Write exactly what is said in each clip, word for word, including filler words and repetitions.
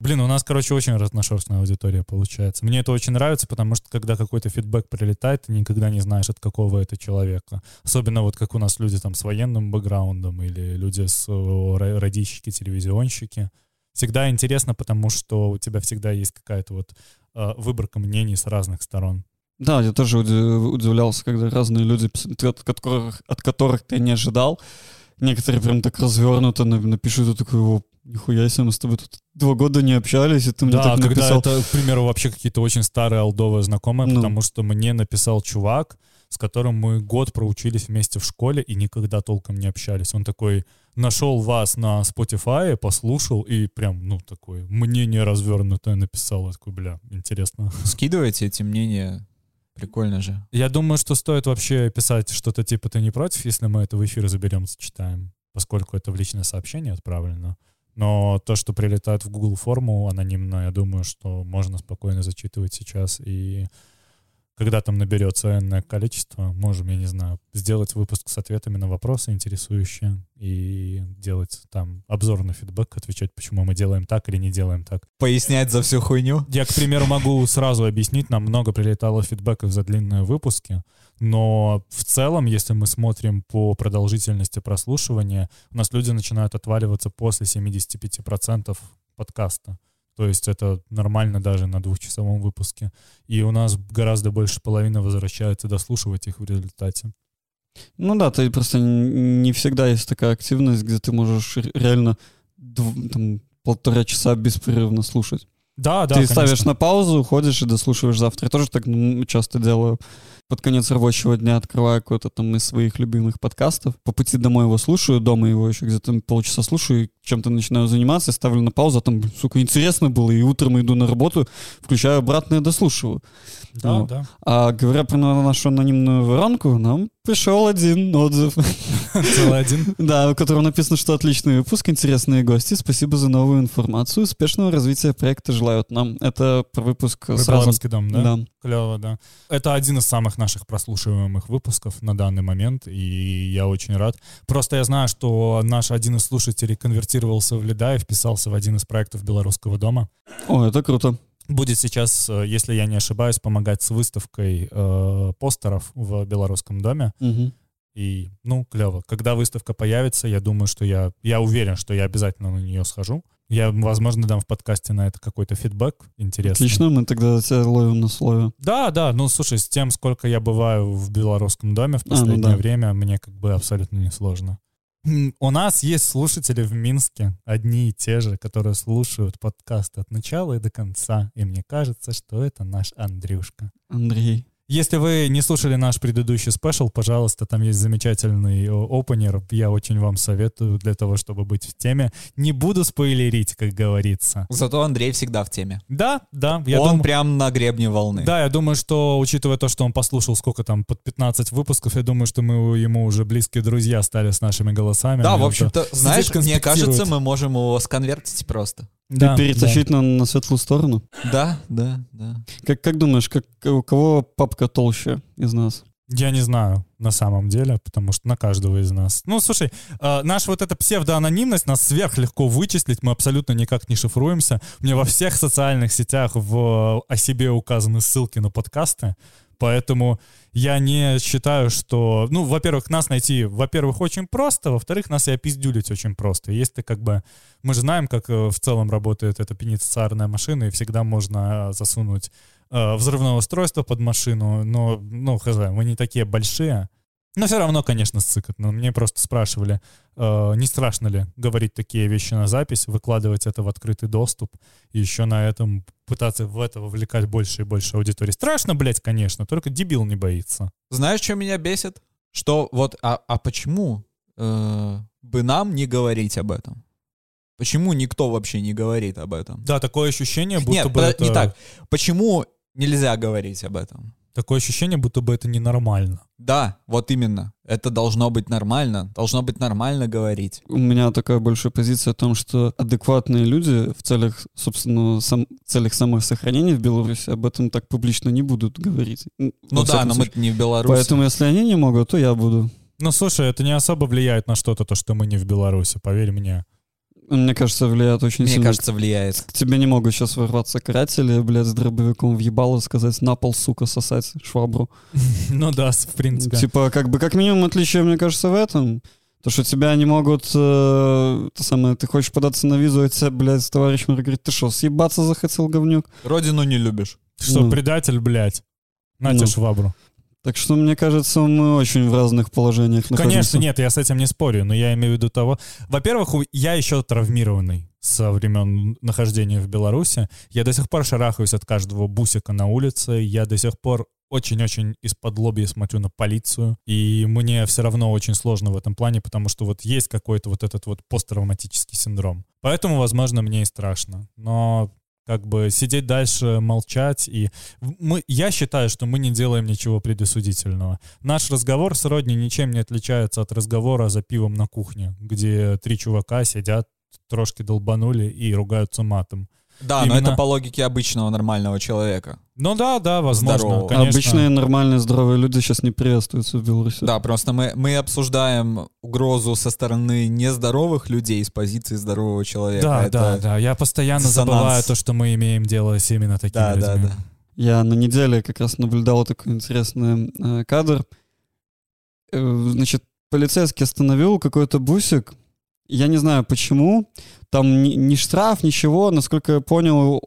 Блин, у нас, короче, очень разношерстная аудитория получается. Мне это очень нравится, потому что когда какой-то фидбэк прилетает, ты никогда не знаешь, от какого это человека. Особенно вот как у нас люди там с военным бэкграундом или люди с радищики, телевизионщики. Всегда интересно, потому что у тебя всегда есть какая-то вот э, выборка мнений с разных сторон. Да, я тоже удивлялся, когда разные люди, от которых, от которых ты не ожидал, некоторые прям так развернуто напишут, и такой, о, нихуя себе, мы с тобой тут два года не общались, и ты мне да, так написал. Да, когда это, к примеру, вообще какие-то очень старые олдовые знакомые, ну. потому что мне написал чувак, с которым мы год проучились вместе в школе и никогда толком не общались. Он такой, нашел вас на Spotify, послушал и прям, ну, такое мнение развернутое написал. Я такой, бля, интересно. Скидывайте эти мнения. Прикольно же. Я думаю, что стоит вообще писать что-то типа «ты не против», если мы это в эфир заберем, зачитаем, поскольку это в личное сообщение отправлено. Но то, что прилетает в Google форму анонимно, я думаю, что можно спокойно зачитывать сейчас. И когда там наберется энное количество, можем, я не знаю, сделать выпуск с ответами на вопросы интересующие и делать там обзорный фидбэк, отвечать, почему мы делаем так или не делаем так. Пояснять за всю хуйню? Я, к примеру, могу сразу объяснить, нам много прилетало фидбэков за длинные выпуски, но в целом, если мы смотрим по продолжительности прослушивания, у нас люди начинают отваливаться после семьдесят пять процентов подкаста. То есть это нормально даже на двухчасовом выпуске. И у нас гораздо больше половины возвращается дослушивать их в результате. Ну да, ты просто не всегда есть такая активность, где ты можешь реально там, полтора часа беспрерывно слушать. Да, да, Ты конечно. ставишь на паузу, уходишь и дослушиваешь завтра. Я тоже так ну, часто делаю. Под конец рабочего дня открываю какой-то там из своих любимых подкастов. По пути домой его слушаю, дома его еще где-то полчаса слушаю, и чем-то начинаю заниматься, ставлю на паузу, а там, сука, интересно было, и утром иду на работу, включаю обратно и дослушиваю. Да, ну. да. А говоря про нашу анонимную воронку, нам пришел один отзыв. Целый один? Да, в котором написано, что отличный выпуск, интересные гости, спасибо за новую информацию, успешного развития проекта желают нам. Это про выпуск про сразу. Белорусский дом, да? Да. Клево, да. Это один из самых наших прослушиваемых выпусков на данный момент, и я очень рад. Просто я знаю, что наш один из слушателей конвертировался в лида и вписался в один из проектов Белорусского дома. О, это круто. Будет сейчас, если я не ошибаюсь, помогать с выставкой э, постеров в Белорусском доме. Угу. И, ну, клево. Когда выставка появится, я думаю, что я... Я уверен, что я обязательно на нее схожу. Я, возможно, дам в подкасте на это какой-то фидбэк интересный. Отлично, мы тогда тебя ловим на слове. Да, да, ну, слушай, с тем, сколько я бываю в Белорусском доме в последнее а, ну да. время, мне как бы абсолютно несложно. У нас есть слушатели в Минске, одни и те же, которые слушают подкаст от начала и до конца. И мне кажется, что это наш Андрюшка. Андрей. Если вы не слушали наш предыдущий спешл, пожалуйста, там есть замечательный опенер. Я очень вам советую для того, чтобы быть в теме. Не буду спойлерить, как говорится. Зато Андрей всегда в теме. Да, да. Я он дум... прям на гребне волны. Да, я думаю, что, учитывая то, что он послушал сколько там, под пятнадцать выпусков, я думаю, что мы ему уже близкие друзья стали с нашими голосами. Да, в общем-то, знаешь, мне кажется, мы можем его сконвертить просто. Да, перетащить да. на, на светлую сторону? Да, да, да. Как, как думаешь, как, у кого папка толще из нас? Я не знаю, на самом деле, потому что на каждого из нас. Ну, слушай, э, наша вот эта псевдоанонимность, нас сверхлегко вычислить, мы абсолютно никак не шифруемся. У меня во всех социальных сетях в, о себе указаны ссылки на подкасты, поэтому я не считаю, что... Ну, во-первых, нас найти, во-первых, очень просто, во-вторых, нас и опиздюлить очень просто. Если как бы... Мы же знаем, как в целом работает эта пенитенциарная машина, и всегда можно засунуть э, взрывное устройство под машину, но, ну, хз, мы не такие большие. Но все равно, конечно, ссыкотно. Мне просто спрашивали, э, не страшно ли говорить такие вещи на запись, выкладывать это в открытый доступ, и еще на этом пытаться в это вовлекать больше и больше аудитории. Страшно, блядь, конечно, только дебил не боится. Знаешь, что меня бесит? Что вот, а, а почему э, бы нам не говорить об этом? Почему никто вообще не говорит об этом? Да, такое ощущение, будто Нет, бы Нет, это... не так. Почему нельзя говорить об этом? Такое ощущение, будто бы это ненормально. Да, вот именно. Это должно быть нормально. Должно быть нормально говорить. У меня такая большая позиция о том, что адекватные люди в целях, собственно, сам, в целях самосохранения в Беларуси об этом так публично не будут говорить. Ну да, но мы не в Беларуси. Поэтому если они не могут, то я буду. Ну слушай, это не особо влияет на что-то, то, что мы не в Беларуси, поверь мне. Мне кажется, влияет очень Мне сильно. кажется, влияет. К тебе не могут сейчас ворваться каратели, блядь, с дробовиком въебало, сказать на пол, сука, сосать швабру. Ну да, в принципе. Типа, как бы, как минимум, отличие, мне кажется, в этом. То, что тебя не могут... Э, то самое, ты хочешь податься на визу, а тебя, блядь, товарищ мэр говорит, ты что, съебаться захотел, говнюк? Родину не любишь. Ты что, Ну. предатель, блядь? На тебе Ну. швабру. Так что, мне кажется, мы очень в разных положениях находимся. Конечно, нет, я с этим не спорю, но я имею в виду того... Во-первых, у- я еще травмированный со времен нахождения в Беларуси. Я до сих пор шарахаюсь от каждого бусика на улице. Я до сих пор очень-очень из-под лобья смотрю на полицию. И мне все равно очень сложно в этом плане, потому что вот есть какой-то вот этот вот посттравматический синдром. Поэтому, возможно, мне и страшно. Но... как бы сидеть дальше, молчать. И мы, я считаю, что мы не делаем ничего предосудительного. Наш разговор с Родни ничем не отличается от разговора за пивом на кухне, где три чувака сидят, трошки долбанули и ругаются матом. Да, Именно- но это по логике обычного нормального человека. Ну да, да, возможно, Здорово. конечно. Обычные нормальные здоровые люди сейчас не приветствуются в Беларуси. Да, просто мы, мы обсуждаем угрозу со стороны нездоровых людей с позиции здорового человека. Да, Это- да, да. Я постоянно диссонанс. забываю то, что мы имеем дело с именно такими Да, да, людьми. да. Я на неделе как раз наблюдал такой интересный э, кадр. Э, значит, полицейский остановил какой-то бусик. Я не знаю почему. Там ни, ни штраф, ничего. Насколько я понял,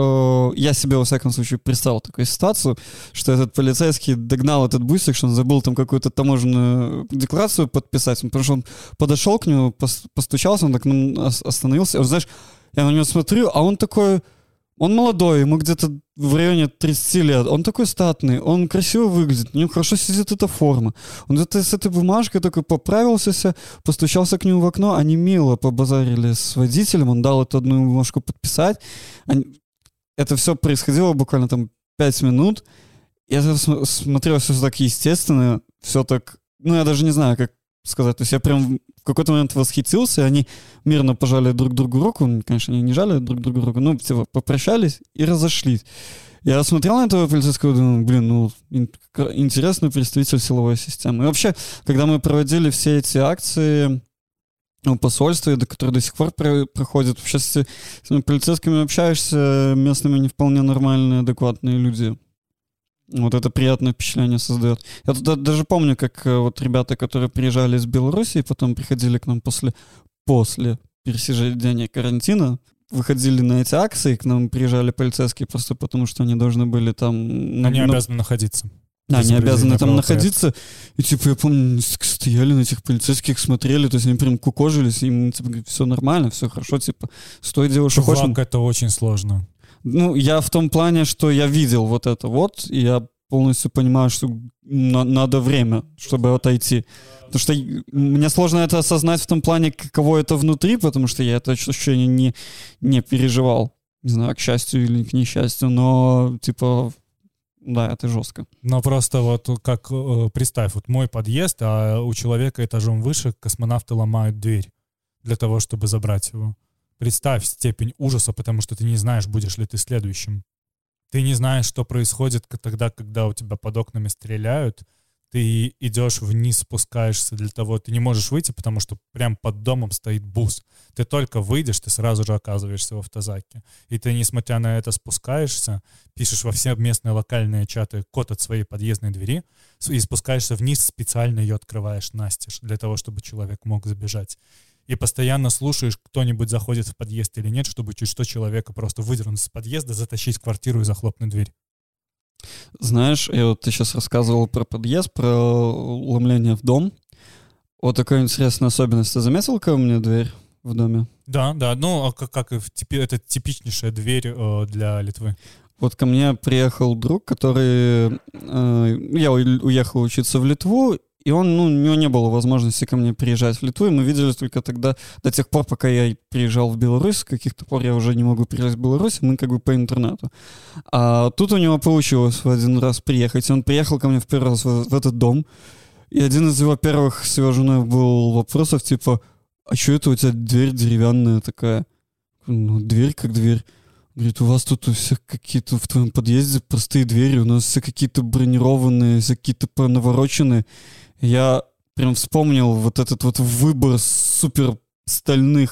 э, я себе, во всяком случае, представил такую ситуацию, что этот полицейский догнал этот бусик, что он забыл там какую-то таможенную декларацию подписать. Потому что он подошел к нему, пос- постучался, он так ну, ос- остановился. Вот, знаешь, я на него смотрю, а он такой... Он молодой, ему где-то в районе тридцати лет. Он такой статный, он красиво выглядит, у него хорошо сидит эта форма. Он где-то с этой бумажкой такой поправился, постучался к нему в окно, они мило побазарили с водителем, он дал эту одну бумажку подписать. Они... Это все происходило буквально там пять минут. Я см- смотрел все так естественно, все так... Ну, я даже не знаю, как сказать. То есть я прям в какой-то момент восхитился, и они мирно пожали друг другу руку. Конечно, они не жали друг другу руку, но типа, попрощались и разошлись. Я смотрел на этого полицейского и думаю, блин, ну, ин- интересный представитель силовой системы. И вообще, когда мы проводили все эти акции у посольства, до которые до сих пор про- проходят, вообще с, с полицейскими общаешься, местными не вполне нормальные, адекватные люди. Вот это приятное впечатление создает. Я туда даже помню, как э, вот ребята, которые приезжали из Беларуси, потом приходили к нам после, после пересижения карантина, выходили на эти акции, к нам приезжали полицейские просто потому, что они должны были там... Они ну, обязаны находиться. Да, они соблюдение обязаны там правопорядка. находиться. И типа, я помню, стояли на этих полицейских, смотрели, то есть они прям кукожились, им типа, все нормально, все хорошо, типа, стой, делай, что хочешь. Чувак, это очень сложно. Ну, я в том плане, что я видел вот это вот, и я полностью понимаю, что на- надо время, чтобы отойти. Потому что и- мне сложно это осознать в том плане, каково это внутри, потому что я это ощущение не, не переживал. Не знаю, к счастью или к несчастью, но, типа, да, это жестко. Но просто вот как, э, представь, вот мой подъезд, а у человека этажом выше космонавты ломают дверь для того, чтобы забрать его. Представь степень ужаса, потому что ты не знаешь, будешь ли ты следующим. Ты не знаешь, что происходит к- тогда, когда у тебя под окнами стреляют. Ты идешь вниз, спускаешься для того, ты не можешь выйти, потому что прям под домом стоит бус. Ты только выйдешь, ты сразу же оказываешься в автозаке. И ты, несмотря на это, спускаешься, пишешь во все местные локальные чаты код от своей подъездной двери с- и спускаешься вниз, специально ее открываешь настежь, для того, чтобы человек мог забежать. И постоянно слушаешь, кто-нибудь заходит в подъезд или нет, чтобы чуть что человека просто выдернуть из подъезда, затащить в квартиру и захлопнуть дверь. Знаешь, я вот ты сейчас рассказывал про подъезд, про ломление в дом. Вот такая интересная особенность. Ты заметил, какая у меня дверь в доме? Да, да, ну, а как, как и в типи- это типичнейшая дверь э, для Литвы. Вот ко мне приехал друг, который... э, я у- уехал учиться в Литву, и он, ну, у него не было возможности ко мне приезжать в Литву, и мы виделись только тогда, до тех пор, пока я приезжал в Беларусь, с каких-то пор я уже не могу приезжать в Беларусь, мы как бы по интернету. А тут у него получилось в один раз приехать, и он приехал ко мне в первый раз в, в этот дом, и один из его первых с его женой был вопросов, типа, а что это у тебя дверь деревянная такая? Ну, дверь как дверь. Говорит, у вас тут у всех какие-то в твоем подъезде простые двери, у нас все какие-то бронированные, все какие-то навороченные. Я прям вспомнил вот этот вот выбор супер стальных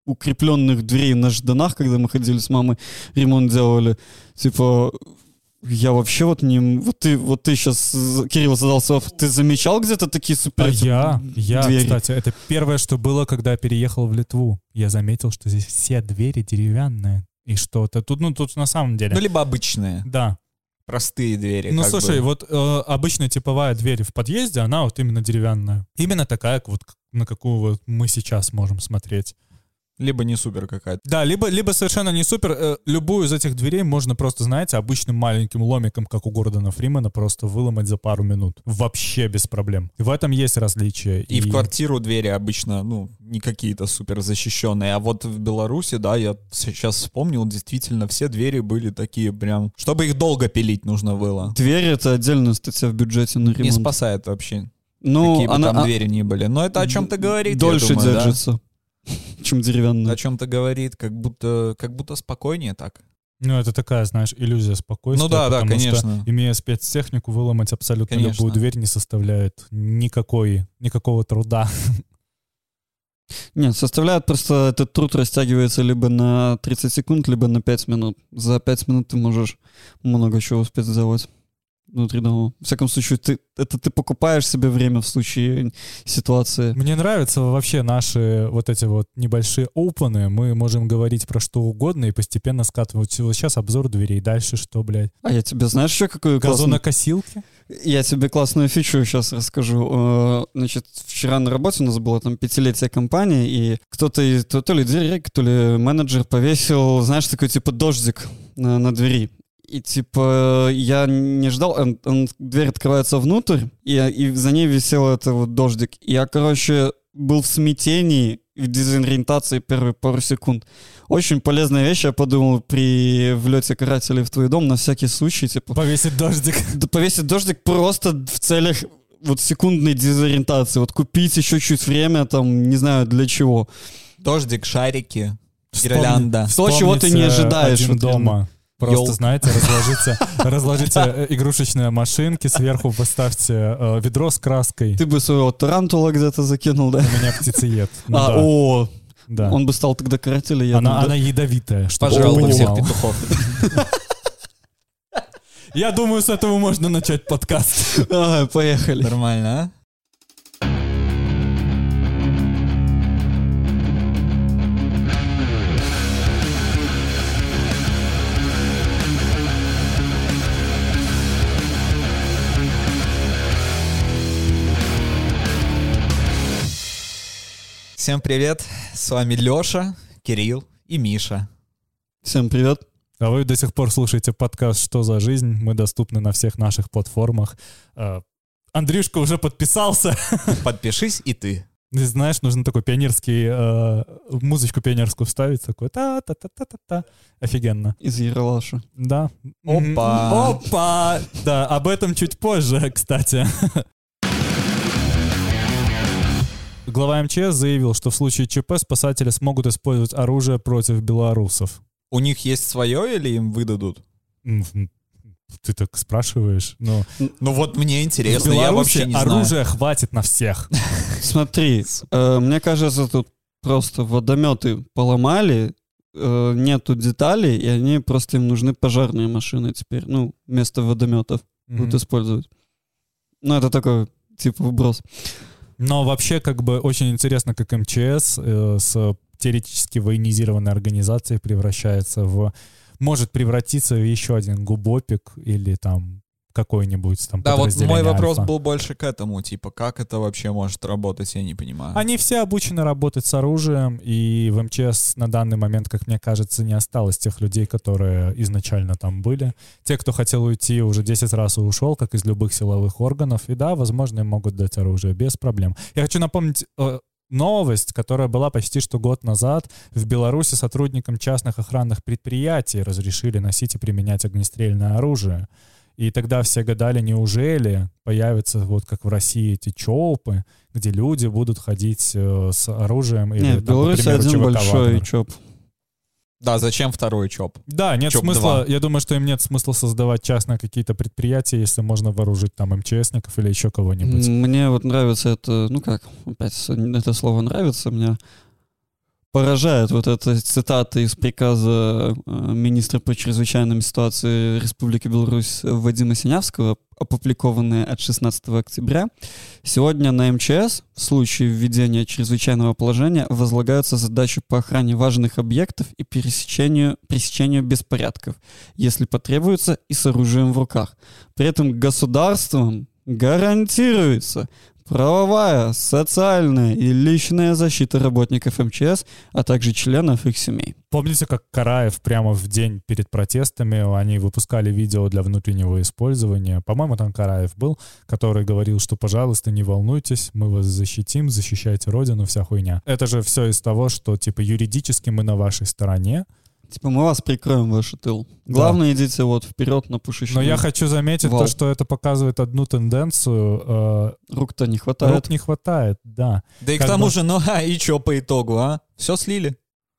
укрепленных дверей на Жданах, когда мы ходили с мамой, ремонт делали. Типа, я вообще вот не... Вот ты, вот ты сейчас, Кирилл, задался вопрос, ты замечал где-то такие супер А я, я, двери? кстати, это первое, что было, когда я переехал в Литву. Я заметил, что здесь все двери деревянные. И что-то тут, ну, тут на самом деле... Ну, либо обычные, Да. простые двери. Ну, как слушай, бы. вот э, обычная типовая дверь в подъезде, она вот именно деревянная. Именно такая, вот на какую вот мы сейчас можем смотреть. Либо не супер какая-то. Да, либо, либо совершенно не супер. Э, любую из этих дверей можно просто, знаете, обычным маленьким ломиком, как у Гордона Фримена, просто выломать за пару минут. Вообще без проблем. В этом есть различие. И, и в квартиру двери обычно, ну, не какие-то супер защищенные. А вот в Беларуси, да, я сейчас вспомнил, действительно, все двери были такие прям... Чтобы их долго пилить нужно было. Дверь — это отдельная статья в бюджете на ремонт. Не спасает вообще, ну, какие бы она, там а, двери ни были. Но это о чем-то говорит, дольше я думаю, да? держится, чем деревянная. О чем-то говорит, как будто, как будто спокойнее так. Ну, это такая, знаешь, иллюзия спокойствия. Ну да, да, потому конечно. Что, имея спецтехнику, выломать абсолютно Конечно. любую дверь не составляет никакой, никакого труда. Нет, составляет просто этот труд растягивается либо на тридцать секунд, либо на пять минут. За пять минут ты можешь много чего успеть сделать внутри дома. В всяком случае, ты, это ты покупаешь себе время в случае ситуации. Мне нравятся вообще наши вот эти вот небольшие опены. Мы можем говорить про что угодно и постепенно скатывать. Вот сейчас обзор дверей. Дальше что, блядь? А я тебе знаешь еще какую классную... Газонокосилки? Я тебе классную фичу сейчас расскажу. Э, Значит, вчера на работе у нас было там пятилетие компании, и кто-то, из- то, то ли директор, то ли менеджер повесил, знаешь, такой типа дождик на, на двери. И типа я не ждал, он, он- дверь открывается внутрь, и, и за ней висел это вот дождик. И я, короче, был в смятении, в дезориентации первые пару секунд. Очень полезная вещь, я подумал, при влете карателей в твой дом, на всякий случай, типа, Повесить дождик. да повесить дождик просто в целях вот секундной дезориентации. Вот купить еще чуть время, там, не знаю для чего. Дождик, шарики, Вспомни- гирлянда. То, чего ты не вспомните ожидаешь, Один вот дома. Просто, Ёл- знаете, разложите, разложите э, игрушечные машинки, сверху поставьте э, ведро с краской. Ты бы своего тарантула где-то закинул, да? У меня птицеед. Ну а, да, о, да. он бы стал тогда карателем. я Она, думаю, она ядовитая, чтобы Пожрал ты бы всех понимал. петухов. Я думаю, с этого можно начать подкаст. да? Ага, поехали. Нормально, а? Всем привет, с вами Леша, Кирилл и Миша. Всем привет. А вы до сих пор слушаете подкаст «Что за жизнь?». Мы доступны на всех наших платформах. Э, Андрюшка уже подписался. Подпишись и ты. Ты знаешь, нужно такой пионерский, э, музычку пионерскую вставить, такой та-та-та-та-та-та. Офигенно. Из Ералаша. Да. Опа. Опа! Да, об этом чуть позже, кстати. Глава эм че эс заявил, что в случае ЧП спасатели смогут использовать оружие против белорусов. У них есть свое или им выдадут? М, Ты так спрашиваешь? Ну, Ну вот мне в интересно, я Беларуси вообще не знаю. оружия хватит на всех. Смотри, э, мне кажется, тут просто водометы поломали, э, нету деталей, и они просто им нужны пожарные машины теперь, ну, вместо водометов будут использовать. Ну, это такой, типа, вброс. Но вообще, как бы, очень интересно, как эм че эс э, с теоретически военизированной организацией превращается в... Может превратиться в еще один губопик или там какой-нибудь там Да, вот подразделение мой вопрос Альфа. был больше к этому, типа, как это вообще может работать, я не понимаю. Они все обучены работать с оружием, и в эм че эс на данный момент, как мне кажется, не осталось тех людей, которые изначально там были. Те, кто хотел уйти, уже десять раз ушел, как из любых силовых органов. И да, возможно, им могут дать оружие без проблем. Я хочу напомнить э, новость, которая была почти что год назад. В Беларуси сотрудникам частных охранных предприятий разрешили носить и применять огнестрельное оружие. И тогда все гадали, неужели появятся, вот как в России, эти ЧОПы, где люди будут ходить э, с оружием. Или, Нет, в там, по Беларуси примеру, один ЧВК большой «Вагнер». ЧОП. Да, зачем второй ЧОП? Да, нет ЧОП смысла, два. я думаю, что им нет смысла создавать частные какие-то предприятия, если можно вооружить там эм че эсников или еще кого-нибудь. Мне вот нравится это, ну как, опять это слово нравится мне. поражает вот эта цитата из приказа министра по чрезвычайным ситуациям Республики Беларусь Вадима Синявского, опубликованная от шестнадцатого октября. Сегодня на эм че эс в случае введения чрезвычайного положения возлагаются задачи по охране важных объектов и пересечению, пресечению беспорядков, если потребуется, и с оружием в руках. При этом государством гарантируется правовая, социальная и личная защита работников эм че эс, а также членов их семей. Помните, как Караев прямо в день перед протестами, они выпускали видео для внутреннего использования? По-моему, там Караев был, который говорил, что, пожалуйста, не волнуйтесь, мы вас защитим, защищайте Родину, вся хуйня. Это же все из того, что, типа, юридически мы на вашей стороне. Типа, мы вас прикроем, ваш тыл. Главное, да. Идите вот вперед на пушечный. Но я хочу заметить вал. То, что это показывает одну тенденцию. Э, Рук-то не хватает. Рук не хватает, да. Да и как к тому бы... же, ну а и что по итогу, а? Все слили.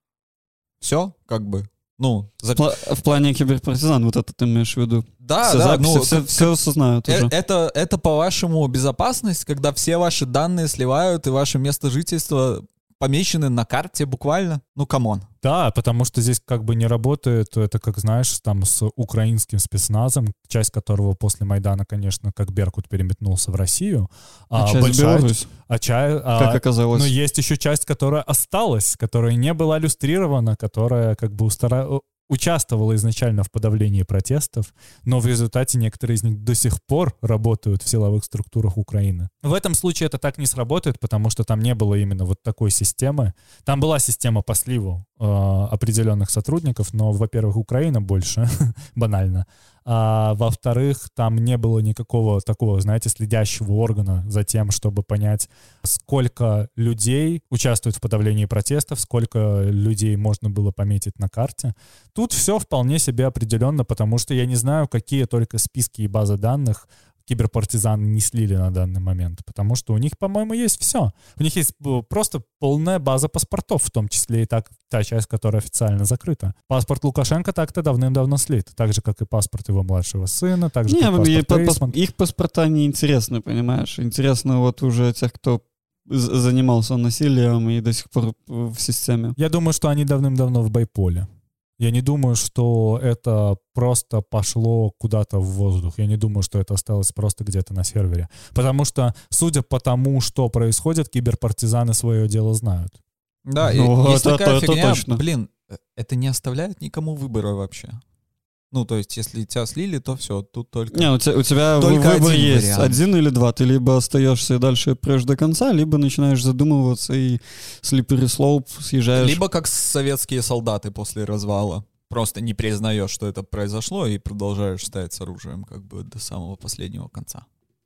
Все, как бы. Ну, за... в, пла- в плане киберпартизан, вот это ты имеешь в виду? Да, все да, записи, ну, все, как, все осознают э- уже. Это, это, по-вашему, безопасность, когда все ваши данные сливают и ваше место жительства помечены на карте буквально? Ну, камон. Да, потому что здесь как бы не работает, это, как знаешь, там с украинским спецназом, часть которого после Майдана, конечно, как Беркут переметнулся в Россию. А, а часть большая, Беларусь, а часть, как а, оказалось. Но есть еще часть, которая осталась, которая не была иллюстрирована, которая как бы устара... участвовала изначально в подавлении протестов, но в результате некоторые из них до сих пор работают в силовых структурах Украины. В этом случае это так не сработает, потому что там не было именно вот такой системы. Там была система по сливу э, определенных сотрудников, но, во-первых, Украина больше, банально, а во-вторых, там не было никакого такого, знаете, следящего органа за тем, чтобы понять, сколько людей участвует в подавлении протестов, сколько людей можно было пометить на карте. Тут все вполне себе определенно, потому что я не знаю, какие только списки и базы данных киберпартизаны не слили на данный момент, потому что у них, по-моему, есть все. У них есть просто полная база паспортов, в том числе и так, та часть, которая официально закрыта. Паспорт Лукашенко так-то давным-давно слит, так же, как и паспорт его младшего сына, так же, не, как паспорт по- Эйсман. Их паспорта не интересны, понимаешь? Интересно вот уже тех, кто занимался насилием и до сих пор в системе. Я думаю, что они давным-давно в байполе. Я не думаю, что это просто пошло куда-то в воздух. Я не думаю, что это осталось просто где-то на сервере. Потому что, судя по тому, что происходит, киберпартизаны свое дело знают. Да, ну, есть это, такая это, фигня, это точно. Блин, это не оставляет никому выбора вообще. Ну, то есть, если тебя слили, то все, тут только... Не, у тебя, у тебя только выбор один есть, вариант. Один или два. Ты либо остаешься и дальше прешь до конца, либо начинаешь задумываться и slippery slope съезжаешь. Либо как советские солдаты после развала. Просто не признаешь, что это произошло, и продолжаешь стоять с оружием как бы до самого последнего конца.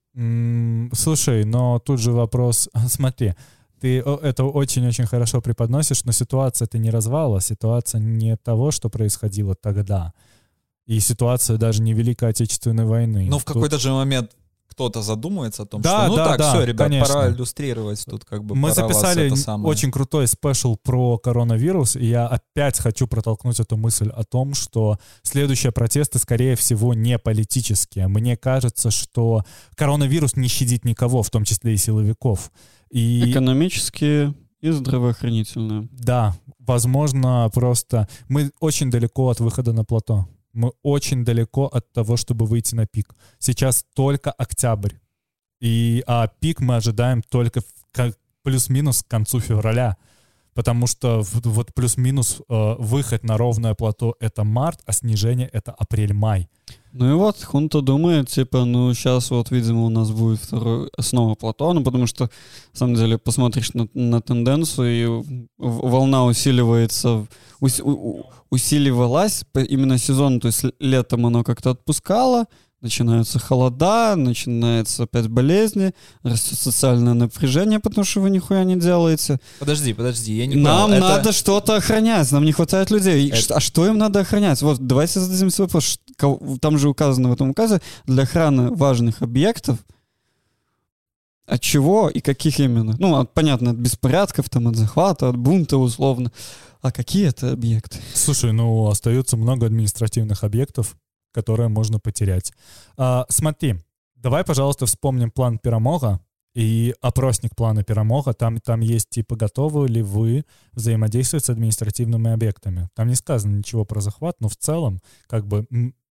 Mm, слушай, но тут же вопрос... Смотри, ты это очень-очень хорошо преподносишь, но ситуация это не развала, ситуация не того, что происходило тогда. И ситуация даже не Великой Отечественной войны. Но в Тут... какой-то же момент кто-то задумается о том, да, что ну да, так, да, все, ребят, конечно. пора иллюстрировать тут как бы. Мы пора записали вас это самое. очень крутой спешл про коронавирус, и я опять хочу протолкнуть эту мысль о том, что следующие протесты, скорее всего, не политические. Мне кажется, что коронавирус не щадит никого, в том числе и силовиков. И... Экономические и здравоохранительные. Да, возможно, просто мы очень далеко от выхода на плато. Мы очень далеко от того, чтобы выйти на пик. Сейчас только октябрь. И, а пик мы ожидаем только в, как, плюс-минус к концу февраля. Потому что вот плюс-минус э, выход на ровное плато — это март, а снижение — это апрель-май. Ну и вот Хунта думает, типа, ну сейчас вот, видимо, у нас будет второе, снова плато, ну потому что, на самом деле, посмотришь на, на тенденцию, и волна усиливается, ус, у, усиливалась именно сезон, то есть летом оно как-то отпускало, начинаются холода, начинается опять болезни, растет социальное напряжение, потому что вы нихуя не делаете. Подожди, подожди, я не Нам понял. надо это... что-то охранять, нам не хватает людей. Это... А что им надо охранять? Вот, давайте зададим себе вопрос. Там же указано в этом указе, для охраны важных объектов, от чего и каких именно? Ну, от, понятно, от беспорядков, там, от захвата, от бунта условно. А какие это объекты? Слушай, ну, остается много административных объектов, которые можно потерять. А, смотри, давай, пожалуйста, вспомним план Перамога И опросник плана перамога, там, там есть типа, готовы ли вы взаимодействовать с административными объектами. Там не сказано ничего про захват, но в целом, как бы,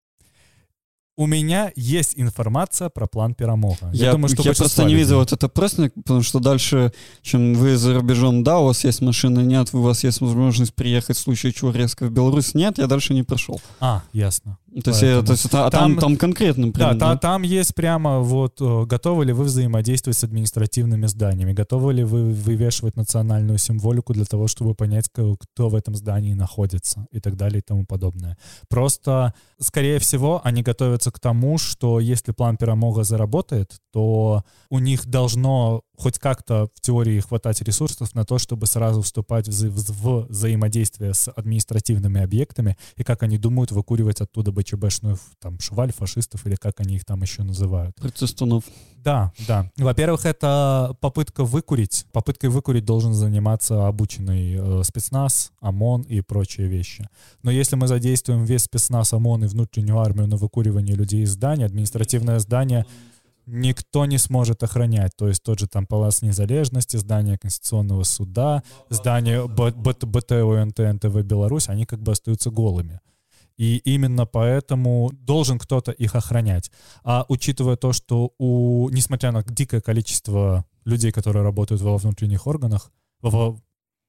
у меня есть информация про план перамога. Я, я, думаю, что я просто не видел вот этот опросник, потому что дальше, чем вы за рубежом, да, у вас есть машина, нет, у вас есть возможность приехать в случае чего резко в Беларусь, нет, я дальше не прошел. А, ясно. То есть, я, то есть а там, там, там конкретно прям, да, да, там есть прямо вот, готовы ли вы взаимодействовать с административными зданиями, готовы ли вы вывешивать национальную символику для того, чтобы понять, кто в этом здании находится и так далее и тому подобное. Просто, скорее всего, они готовятся к тому, что если план перамога заработает, то у них должно хоть как-то в теории хватать ресурсов на то, чтобы сразу вступать в, в, в взаимодействие с административными объектами и, как они думают, выкуривать оттуда БЧБшную там, шваль, фашистов или как они их там еще называют. Протестунов. Да, да. Во-первых, это попытка выкурить. Попыткой выкурить должен заниматься обученный э, спецназ, ОМОН и прочие вещи. Но если мы задействуем весь спецназ, ОМОН и внутреннюю армию на выкуривание людей из здания, административное здание никто не сможет охранять. То есть тот же там Палац Незалежности, здание Конституционного суда, здание БТ, ОНТ, эн тэ вэ Беларусь, они как бы остаются голыми. И именно поэтому должен кто-то их охранять. А учитывая то, что у, несмотря на дикое количество людей, которые работают во внутренних органах, во,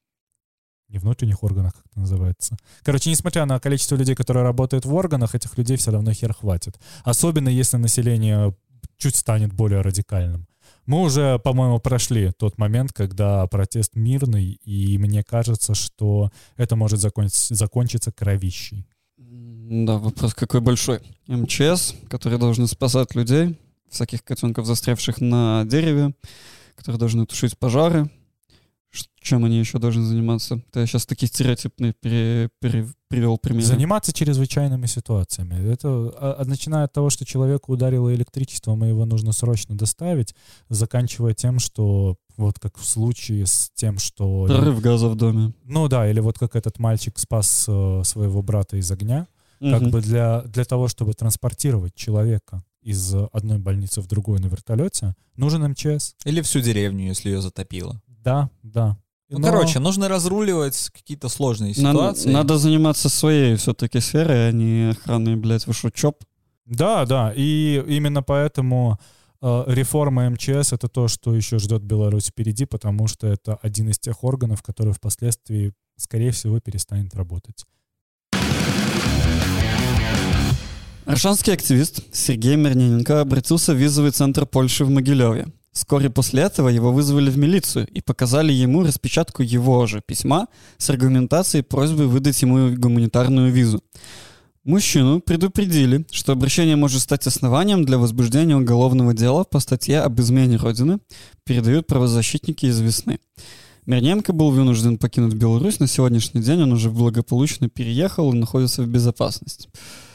не внутренних органах, как это называется. Короче, несмотря на количество людей, которые работают в органах, этих людей все равно хер хватит. Особенно если население чуть станет более радикальным. Мы уже, по-моему, прошли тот момент, когда протест мирный, и мне кажется, что это может закончиться, закончиться кровищей. Да, вопрос какой большой. эм че эс, которые должны спасать людей, всяких котенков, застрявших на дереве, которые должны тушить пожары. Чем они еще должны заниматься? Это я сейчас такие стереотипные пере, пере, привел примеры. Заниматься чрезвычайными ситуациями. Это а, начиная от того, что человека ударило электричеством, и его нужно срочно доставить, заканчивая тем, что вот как в случае с тем, что... Прорыв газа в доме. Ну да, или вот как этот мальчик спас э, своего брата из огня. Угу. Как бы для, для того, чтобы транспортировать человека из одной больницы в другую на вертолете, нужен эм че эс. Или всю деревню, если ее затопило. Да, да. Ну, Но... короче, нужно разруливать какие-то сложные ситуации. Надо, надо заниматься своей все-таки сферой, а не охраной, блядь, вы шо, ЧОП? Да, да, и именно поэтому э, реформа эм че эс — это то, что еще ждет Беларусь впереди, потому что это один из тех органов, который впоследствии, скорее всего, перестанет работать. Аршанский активист Сергей Мирненко обратился в визовый центр Польши в Могилеве. Вскоре после этого его вызвали в милицию и показали ему распечатку его же письма с аргументацией просьбы выдать ему гуманитарную визу. Мужчину предупредили, что обращение может стать основанием для возбуждения уголовного дела по статье об измене Родины, передают правозащитники из Весны. Мирненко был вынужден покинуть Беларусь. На сегодняшний день он уже благополучно переехал и находится в безопасности.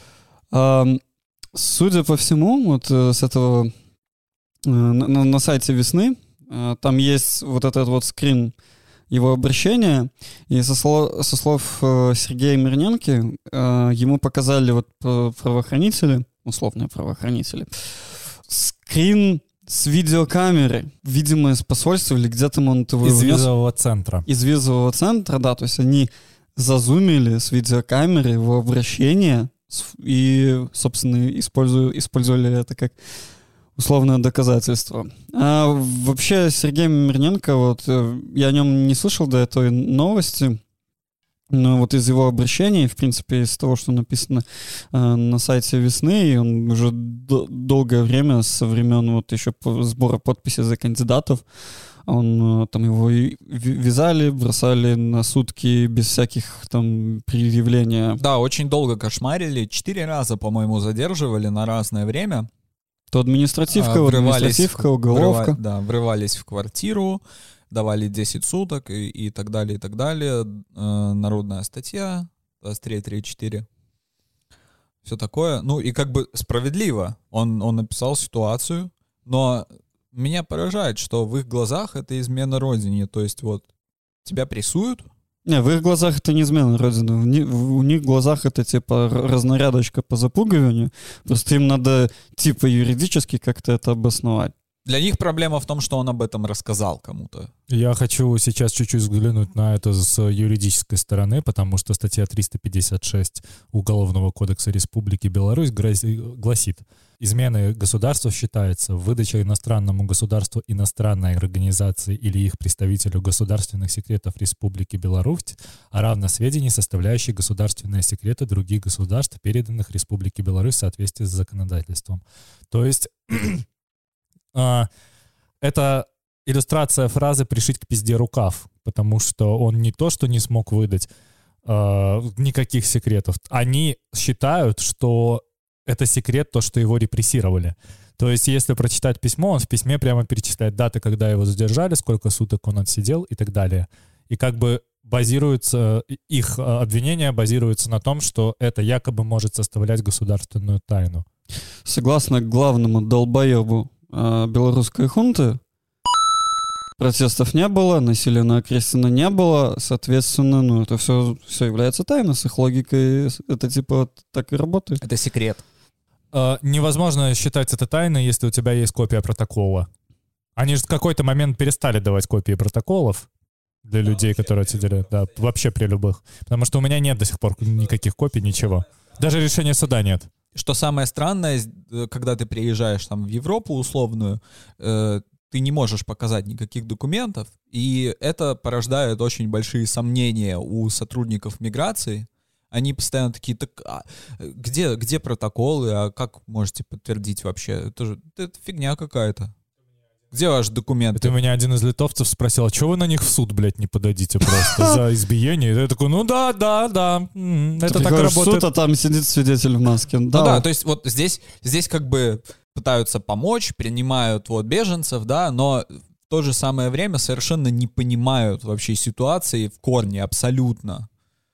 Судя по всему, вот с этого... На, на сайте Весны там есть вот этот вот скрин его обращения, и со слов, со слов Сергея Мирненки ему показали вот правоохранители, условные правоохранители, скрин с видеокамеры, видимо, из посольства или где-то он его из внес. визового центра. Из визового центра, да, то есть они зазумили с видеокамеры его обращение и, собственно, использовали, использовали это как условное доказательство. А вообще Сергей Мирненко, вот я о нем не слышал до этой новости, но вот из его обращений, в принципе, из того, что написано э, на сайте Весны, и он уже д- долгое время, со времен вот еще сбора подписей за кандидатов, он там его и вязали, бросали на сутки без всяких там предъявления. Да, очень долго кошмарили, четыре раза, по-моему, задерживали на разное время. То административка, а, административка, уголовка. Врыва, да, врывались в квартиру, давали десять суток и, и так далее, и так далее. Э, народная статья, двадцать три тридцать четыре. Все такое. Ну и как бы справедливо. Он, он написал ситуацию, но меня поражает, что в их глазах это измена Родине. То есть вот тебя прессуют. Не, в их глазах это не измена Родины. У них, у них в глазах это типа разнарядочка по запугиванию. Просто им надо типа юридически как-то это обосновать. Для них проблема в том, что он об этом рассказал кому-то. Я хочу сейчас чуть-чуть взглянуть на это с юридической стороны, потому что статья триста пятьдесят шесть Уголовного кодекса Республики Беларусь гласит: изменой государства считается выдача иностранному государству, иностранной организации или их представителю государственных секретов Республики Беларусь, а равно сведений, составляющих государственные секреты других государств, переданных Республике Беларусь в соответствии с законодательством. То есть Uh, это иллюстрация фразы «пришить к пизде рукав», потому что он не то, что не смог выдать uh, никаких секретов. Они считают, что это секрет, то, что его репрессировали. То есть если прочитать письмо, он в письме прямо перечисляет даты, когда его задержали, сколько суток он отсидел и так далее. И как бы базируется, их обвинение базируется на том, что это якобы может составлять государственную тайну. Согласно главному долбоебу белорусской хунты, протестов не было, насилия на Крестина не было, соответственно, ну, это все, все является тайной, с их логикой это типа вот так и работает. Это секрет. Uh, невозможно считать это тайной, если у тебя есть копия протокола. Они же в какой-то момент перестали давать копии протоколов для да, людей, которые отсидели. Да, вообще при любых. Потому что у меня нет до сих пор никаких копий, ничего. Даже решения суда нет. Что самое странное, когда ты приезжаешь там в Европу условную, э, ты не можешь показать никаких документов, и это порождает очень большие сомнения у сотрудников миграции. Они постоянно такие: так а где, где протоколы, а как можете подтвердить вообще? Это же это фигня какая-то. Где ваши документы? Это меня один из литовцев спросил: а чего вы на них в суд, блядь, не подадите просто за избиение? И я такой: ну да, да, да, это так работает. В суд, а там сидит свидетель в маске. Да, ну да, то есть вот здесь, здесь как бы пытаются помочь, принимают вот беженцев, да, но в то же самое время совершенно не понимают вообще ситуации в корне абсолютно.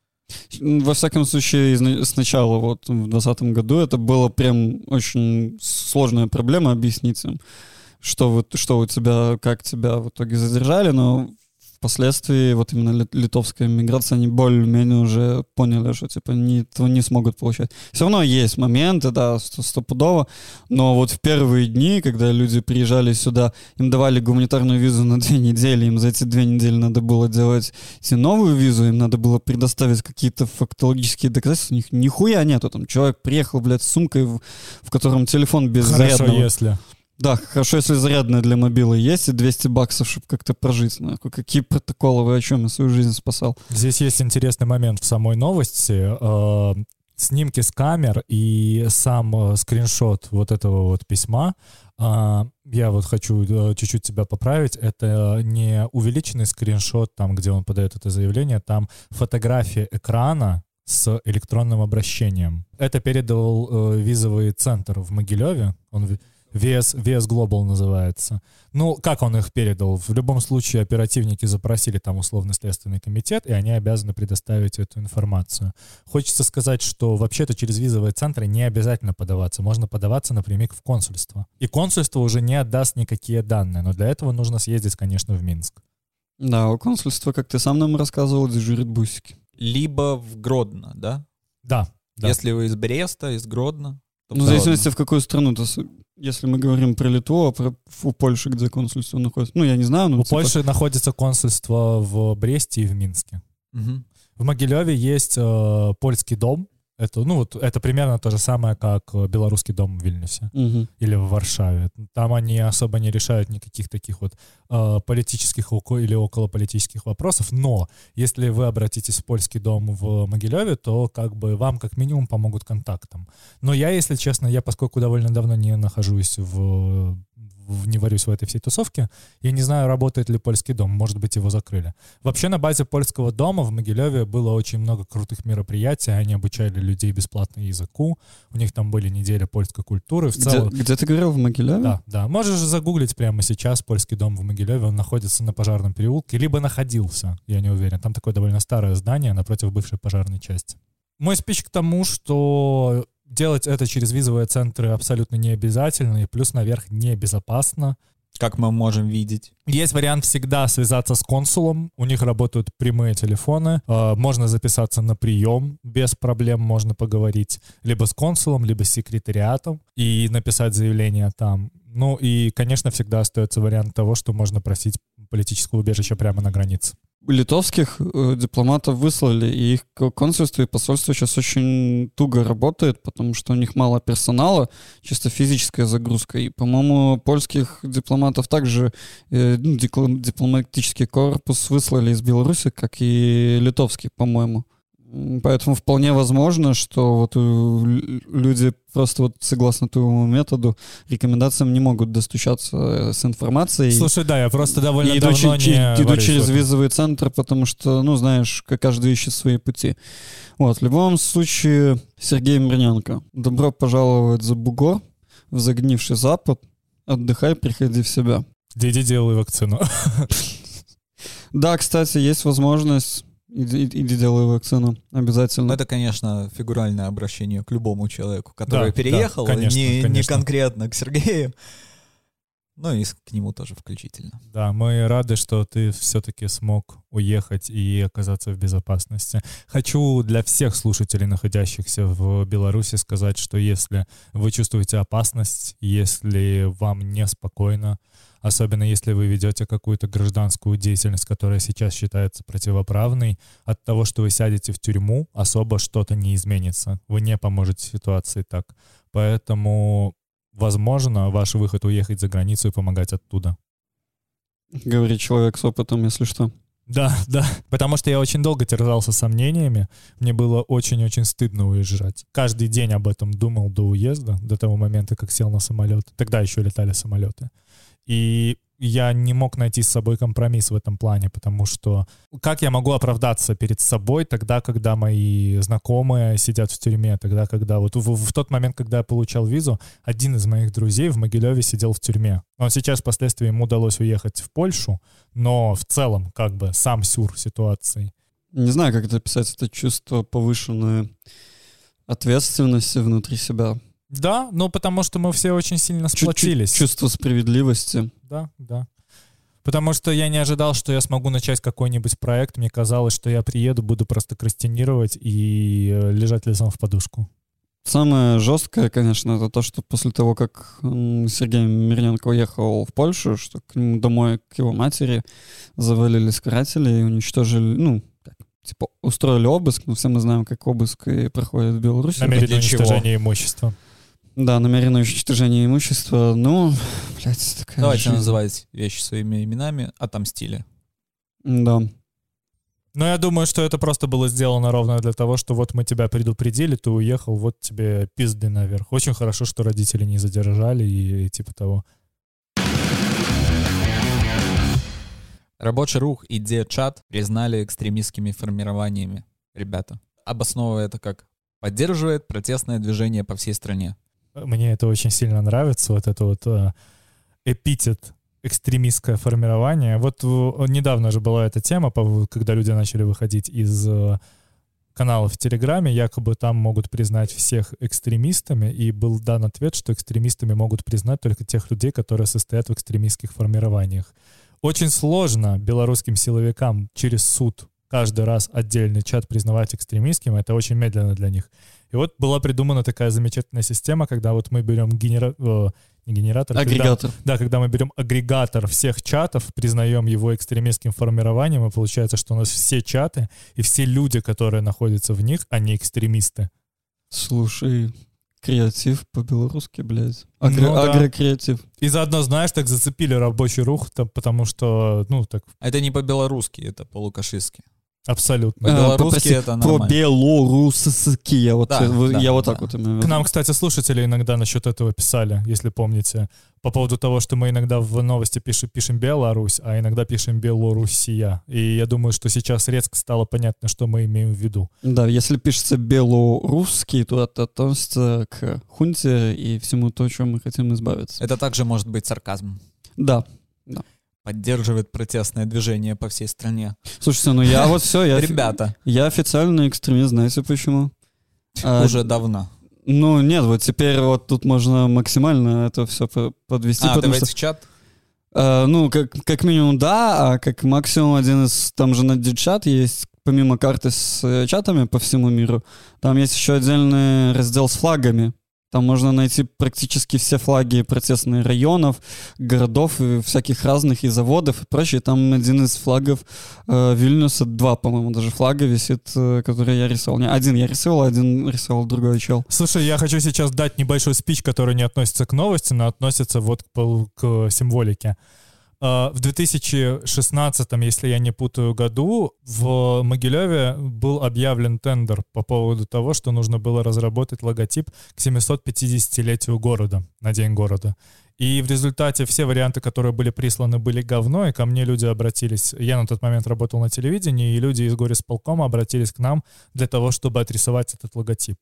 Во всяком случае, сначала вот в двадцатом году это было прям очень сложная проблема объяснить им, что, вот, что у тебя, как тебя в итоге задержали, но впоследствии вот именно литовская миграция, они более-менее уже поняли, что типа они этого не смогут получать. Все равно есть моменты, да, стопудово, но вот в первые дни, когда люди приезжали сюда, им давали гуманитарную визу на две недели, им за эти две недели надо было делать себе новую визу, им надо было предоставить какие-то фактологические доказательства, у них нихуя нету, там человек приехал, блядь, с сумкой, в, в котором телефон без Хорошо, зарядного. если... Да, хорошо, если зарядная для мобилы есть, и двести баксов, чтобы как-то прожить. Нахуй. Какие протоколы, вы о чем? Я свою жизнь спасал. Здесь есть интересный момент в самой новости. Э, снимки с камер и сам э, скриншот вот этого вот письма. Э, я вот хочу э, чуть-чуть тебя поправить. Это не увеличенный скриншот, там, где он подает это заявление, там фотография экрана с электронным обращением. Это передал э, визовый центр в Могилеве. Он... ви эс, ви эс Global называется. Ну, как он их передал? В любом случае оперативники запросили там условно-следственный комитет, и они обязаны предоставить эту информацию. Хочется сказать, что вообще-то через визовые центры не обязательно подаваться. Можно подаваться напрямик в консульство. И консульство уже не отдаст никакие данные, но для этого нужно съездить, конечно, в Минск. Да, у консульства, как ты сам нам рассказывал, дежурят бусики. Либо в Гродно, да? Да. да. Если вы из Бреста, из Гродно, то ну, в зависимости, в какую страну. То, если мы говорим про Литву, а про, у Польши, где консульство находится, ну, я не знаю. Но у типа... Польши находится консульство в Бресте и в Минске. Угу. В Могилеве есть э, польский дом. Это, ну, вот, это примерно то же самое, как белорусский дом в Вильнюсе угу. или в Варшаве. Там они особо не решают никаких таких вот э, политических или околополитических вопросов. Но если вы обратитесь в польский дом в Могилеве, то как бы вам как минимум помогут контактом. Но я, если честно, я поскольку довольно давно не нахожусь в... не варюсь в этой всей тусовке. Я не знаю, работает ли польский дом. Может быть, его закрыли. Вообще, на базе польского дома в Могилеве было очень много крутых мероприятий. Они обучали людей бесплатно языку. У них там были недели польской культуры. В где, целом... где ты говорил, в Могилеве? Да, да. Можешь загуглить прямо сейчас польский дом в Могилеве. Он находится на Пожарном переулке. Либо находился, я не уверен. Там такое довольно старое здание напротив бывшей пожарной части. Мой спич к тому, что... делать это через визовые центры абсолютно не обязательно, и плюс наверх небезопасно. как мы можем видеть. Есть вариант всегда связаться с консулом. У них работают прямые телефоны. Э, можно записаться на прием. Без проблем можно поговорить либо с консулом, либо с секретариатом и написать заявление там. Ну и, конечно, всегда остается вариант того, что можно просить политическое убежище прямо на границе. Литовских э, дипломатов выслали, и их консульство и посольство сейчас очень туго работает, потому что у них мало персонала, чисто физическая загрузка. И, по-моему, польских дипломатов также э, ну, дипломатический корпус выслали из Беларуси, как и литовский, по-моему. Поэтому вполне возможно, что вот люди просто вот согласно твоему методу, рекомендациям не могут достучаться с информацией. Слушай, да, я просто довольно и давно иду, не иду через визовый центр, потому что, ну, знаешь, каждый ищет свои пути. Вот, в любом случае, Сергей Мирненко, добро пожаловать за бугор, в загнивший Запад, отдыхай, приходи в себя. Иди делай вакцину. Да, кстати, есть возможность... Иди, иди делай вакцину, обязательно. Это, конечно, фигуральное обращение к любому человеку, который да, переехал, да, конечно, не, конечно. не конкретно к Сергею, но и к нему тоже включительно. Да, мы рады, что ты все-таки смог уехать и оказаться в безопасности. Хочу для всех слушателей, находящихся в Беларуси, сказать, что если вы чувствуете опасность, если вам неспокойно, особенно если вы ведете какую-то гражданскую деятельность, которая сейчас считается противоправной, от того, что вы сядете в тюрьму, особо что-то не изменится. Вы не поможете ситуации так. Поэтому, возможно, ваш выход — уехать за границу и помогать оттуда. Говорит человек с опытом, если что. Да, да. Потому что я очень долго терзался сомнениями. Мне было очень-очень стыдно уезжать. Каждый день об этом думал до уезда, до того момента, как сел на самолет. Тогда еще летали самолеты. И я не мог найти с собой компромисс в этом плане, потому что как я могу оправдаться перед собой тогда, когда мои знакомые сидят в тюрьме, тогда, когда вот в, в тот момент, когда я получал визу, один из моих друзей в Могилеве сидел в тюрьме. Он сейчас впоследствии ему удалось уехать в Польшу, но в целом как бы сам сюр ситуации. Не знаю, как это описать, это чувство повышенной ответственности внутри себя. Да, ну потому что мы все очень сильно сплотились. Чуть-чуть чувство справедливости. Да, да. Потому что я не ожидал, что я смогу начать какой-нибудь проект. Мне казалось, что я приеду, буду прокрастинировать и лежать лицом в подушку. Самое жесткое, конечно, это то, что после того, как Сергей Мирненко уехал в Польшу, что к нему домой, к его матери, завалились каратели и уничтожили, ну, типа устроили обыск, но все мы знаем, как обыск и проходит в Беларуси. Намеренное уничтожение имущества. Да, намеренное уничтожение имущества. Ну, блядь, такая Давайте жизнь. называть вещи своими именами. Отомстили. Да. Но я думаю, что это просто было сделано ровно для того, что вот мы тебя предупредили, ты уехал, вот тебе пизды наверх. Очень хорошо, что родители не задержали и, и типа того. Рабочий рух и Д-чат признали экстремистскими формированиями. Ребята, обосновывая это как поддерживает протестное движение по всей стране. Мне это очень сильно нравится, вот это вот э, эпитет экстремистское формирование. Вот э, недавно же была эта тема, когда люди начали выходить из э, каналов в Телеграме, якобы там могут признать всех экстремистами, и был дан ответ, что экстремистами могут признать только тех людей, которые состоят в экстремистских формированиях. Очень сложно белорусским силовикам через суд каждый раз отдельный чат признавать экстремистским, это очень медленно для них. И вот была придумана такая замечательная система, когда вот мы берем генера... О, не генератор, агрегатор. Когда... Да, когда мы берем агрегатор всех чатов, признаем его экстремистским формированием, и получается, что у нас все чаты и все люди, которые находятся в них, они экстремисты. Слушай, креатив по-белорусски, блядь. Агро... Ну, да. Агрокреатив. И заодно, знаешь, так зацепили рабочий рух, там, потому что, ну, так... Это не по-белорусски, это по-лукашистски. Абсолютно. По-белорусски а, это нормально. По-белорусски. Я вот, да, я, да, я вот да. так вот имею. К нам, кстати, слушатели иногда насчет этого писали, если помните, по поводу того, что мы иногда в новости пишем, пишем «Беларусь», а иногда пишем «Белоруссия». И я думаю, что сейчас резко стало понятно, что мы имеем в виду. Да, если пишется «белорусский», то это относится к хунте и всему то, чем мы хотим избавиться. Это также может быть сарказм. Да, да. Поддерживает протестное движение по всей стране. Слушайте, ну я вот все, я, Ребята. я официальный экстремист, знаете почему? А, Уже давно. Ну нет, вот теперь вот тут можно максимально это все подвести. А, потому давайте что... в чат? Э, ну, как, как минимум, да, а как максимум один из... Там же на Дичат есть, помимо карты с э, чатами по всему миру, там есть еще отдельный раздел с флагами. Там можно найти практически все флаги протестных районов, городов, и всяких разных, и заводов, и прочее. Там один из флагов э, Вильнюса, два, по-моему, даже флага висит, э, который я рисовал. Не, один я рисовал, один рисовал другой чел. Слушай, я хочу сейчас дать небольшой спич, который не относится к новости, но относится вот к, к символике. В две тысячи шестнадцатом, если я не путаю, году в Могилеве был объявлен тендер по поводу того, что нужно было разработать логотип к семисот пятидесятилетию города, на День города. И в результате все варианты, которые были присланы, были говно, и ко мне люди обратились. Я на тот момент работал на телевидении, и люди из горисполкома обратились к нам для того, чтобы отрисовать этот логотип.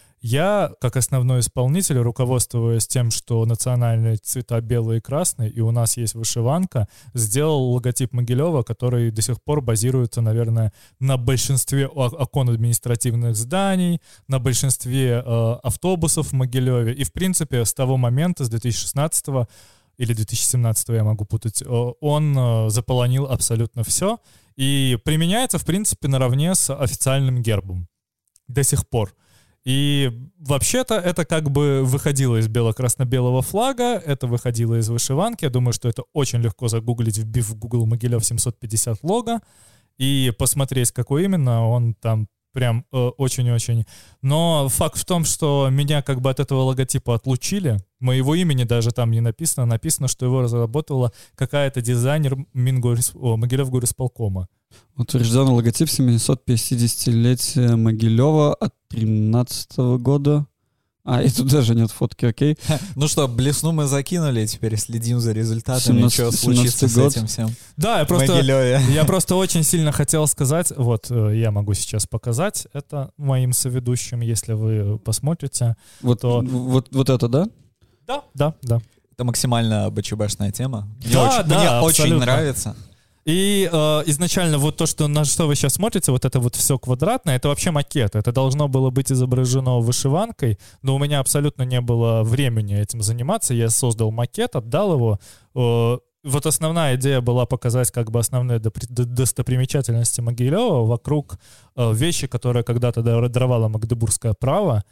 Я, как основной исполнитель, руководствуясь тем, что национальные цвета белый и красный, и у нас есть вышиванка, сделал логотип Могилева, который до сих пор базируется, наверное, на большинстве окон административных зданий, на большинстве э, автобусов в Могилеве. И, в принципе, с того момента, с две тысячи шестнадцатого или две тысячи семнадцатого, я могу путать, он э, заполонил абсолютно все и применяется, в принципе, наравне с официальным гербом до сих пор. И вообще-то это как бы выходило из бело-красно-белого флага, это выходило из вышиванки. Я думаю, что это очень легко загуглить, вбив в Google Могилев семьсот пятьдесят лого и посмотреть, какой именно. Он там прям э, очень-очень. Но факт в том, что меня как бы от этого логотипа отлучили. Моего имени даже там не написано. Написано, что его разработала какая-то дизайнер Мингорис... О, Могилев горисполкома. Утвержден логотип семисот пятидесятилетия Могилева от тринадцатого года. А, и тут даже нет фотки, окей. Ну что, блесну мы закинули, теперь следим за результатами, что случится с этим всем. Да, я просто, я просто очень сильно хотел сказать, вот я могу сейчас показать это моим соведущим, если вы посмотрите. Вот, то... вот, вот это, да? Да, да, да. Это максимально БЧБшная тема. Мне, да, очень, да, мне абсолютно. очень нравится. И э, изначально вот то, что, на что вы сейчас смотрите, вот это вот все квадратное, это вообще макет. Это должно было быть изображено вышиванкой, но у меня абсолютно не было времени этим заниматься. Я создал макет, отдал его. Э, вот основная идея была показать как бы основные достопримечательности Могилева вокруг э, вещи, которые когда-то даровало Магдебургское право.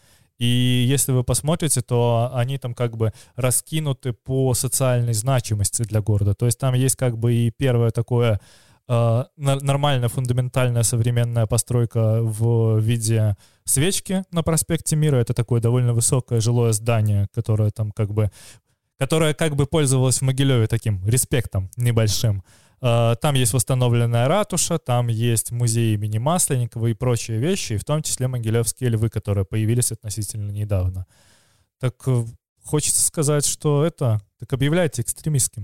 И если вы посмотрите, то они там как бы раскинуты по социальной значимости для города. То есть там есть как бы и первое такое э, нормальная, фундаментальная современная постройка в виде свечки на проспекте Мира. Это такое довольно высокое жилое здание, которое там как бы, которое как бы пользовалось в Могилеве таким респектом небольшим. Там есть восстановленная ратуша, там есть музей имени Масленникова и прочие вещи, и в том числе могилевские львы, которые появились относительно недавно. Так хочется сказать, что это, так объявляйте экстремистским.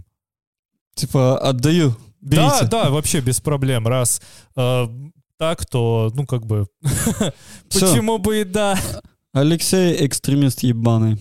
Типа отдаю, берите. Да, да, вообще без проблем. Раз э, так, то, ну как бы, почему бы и да. Алексей экстремист ебаный.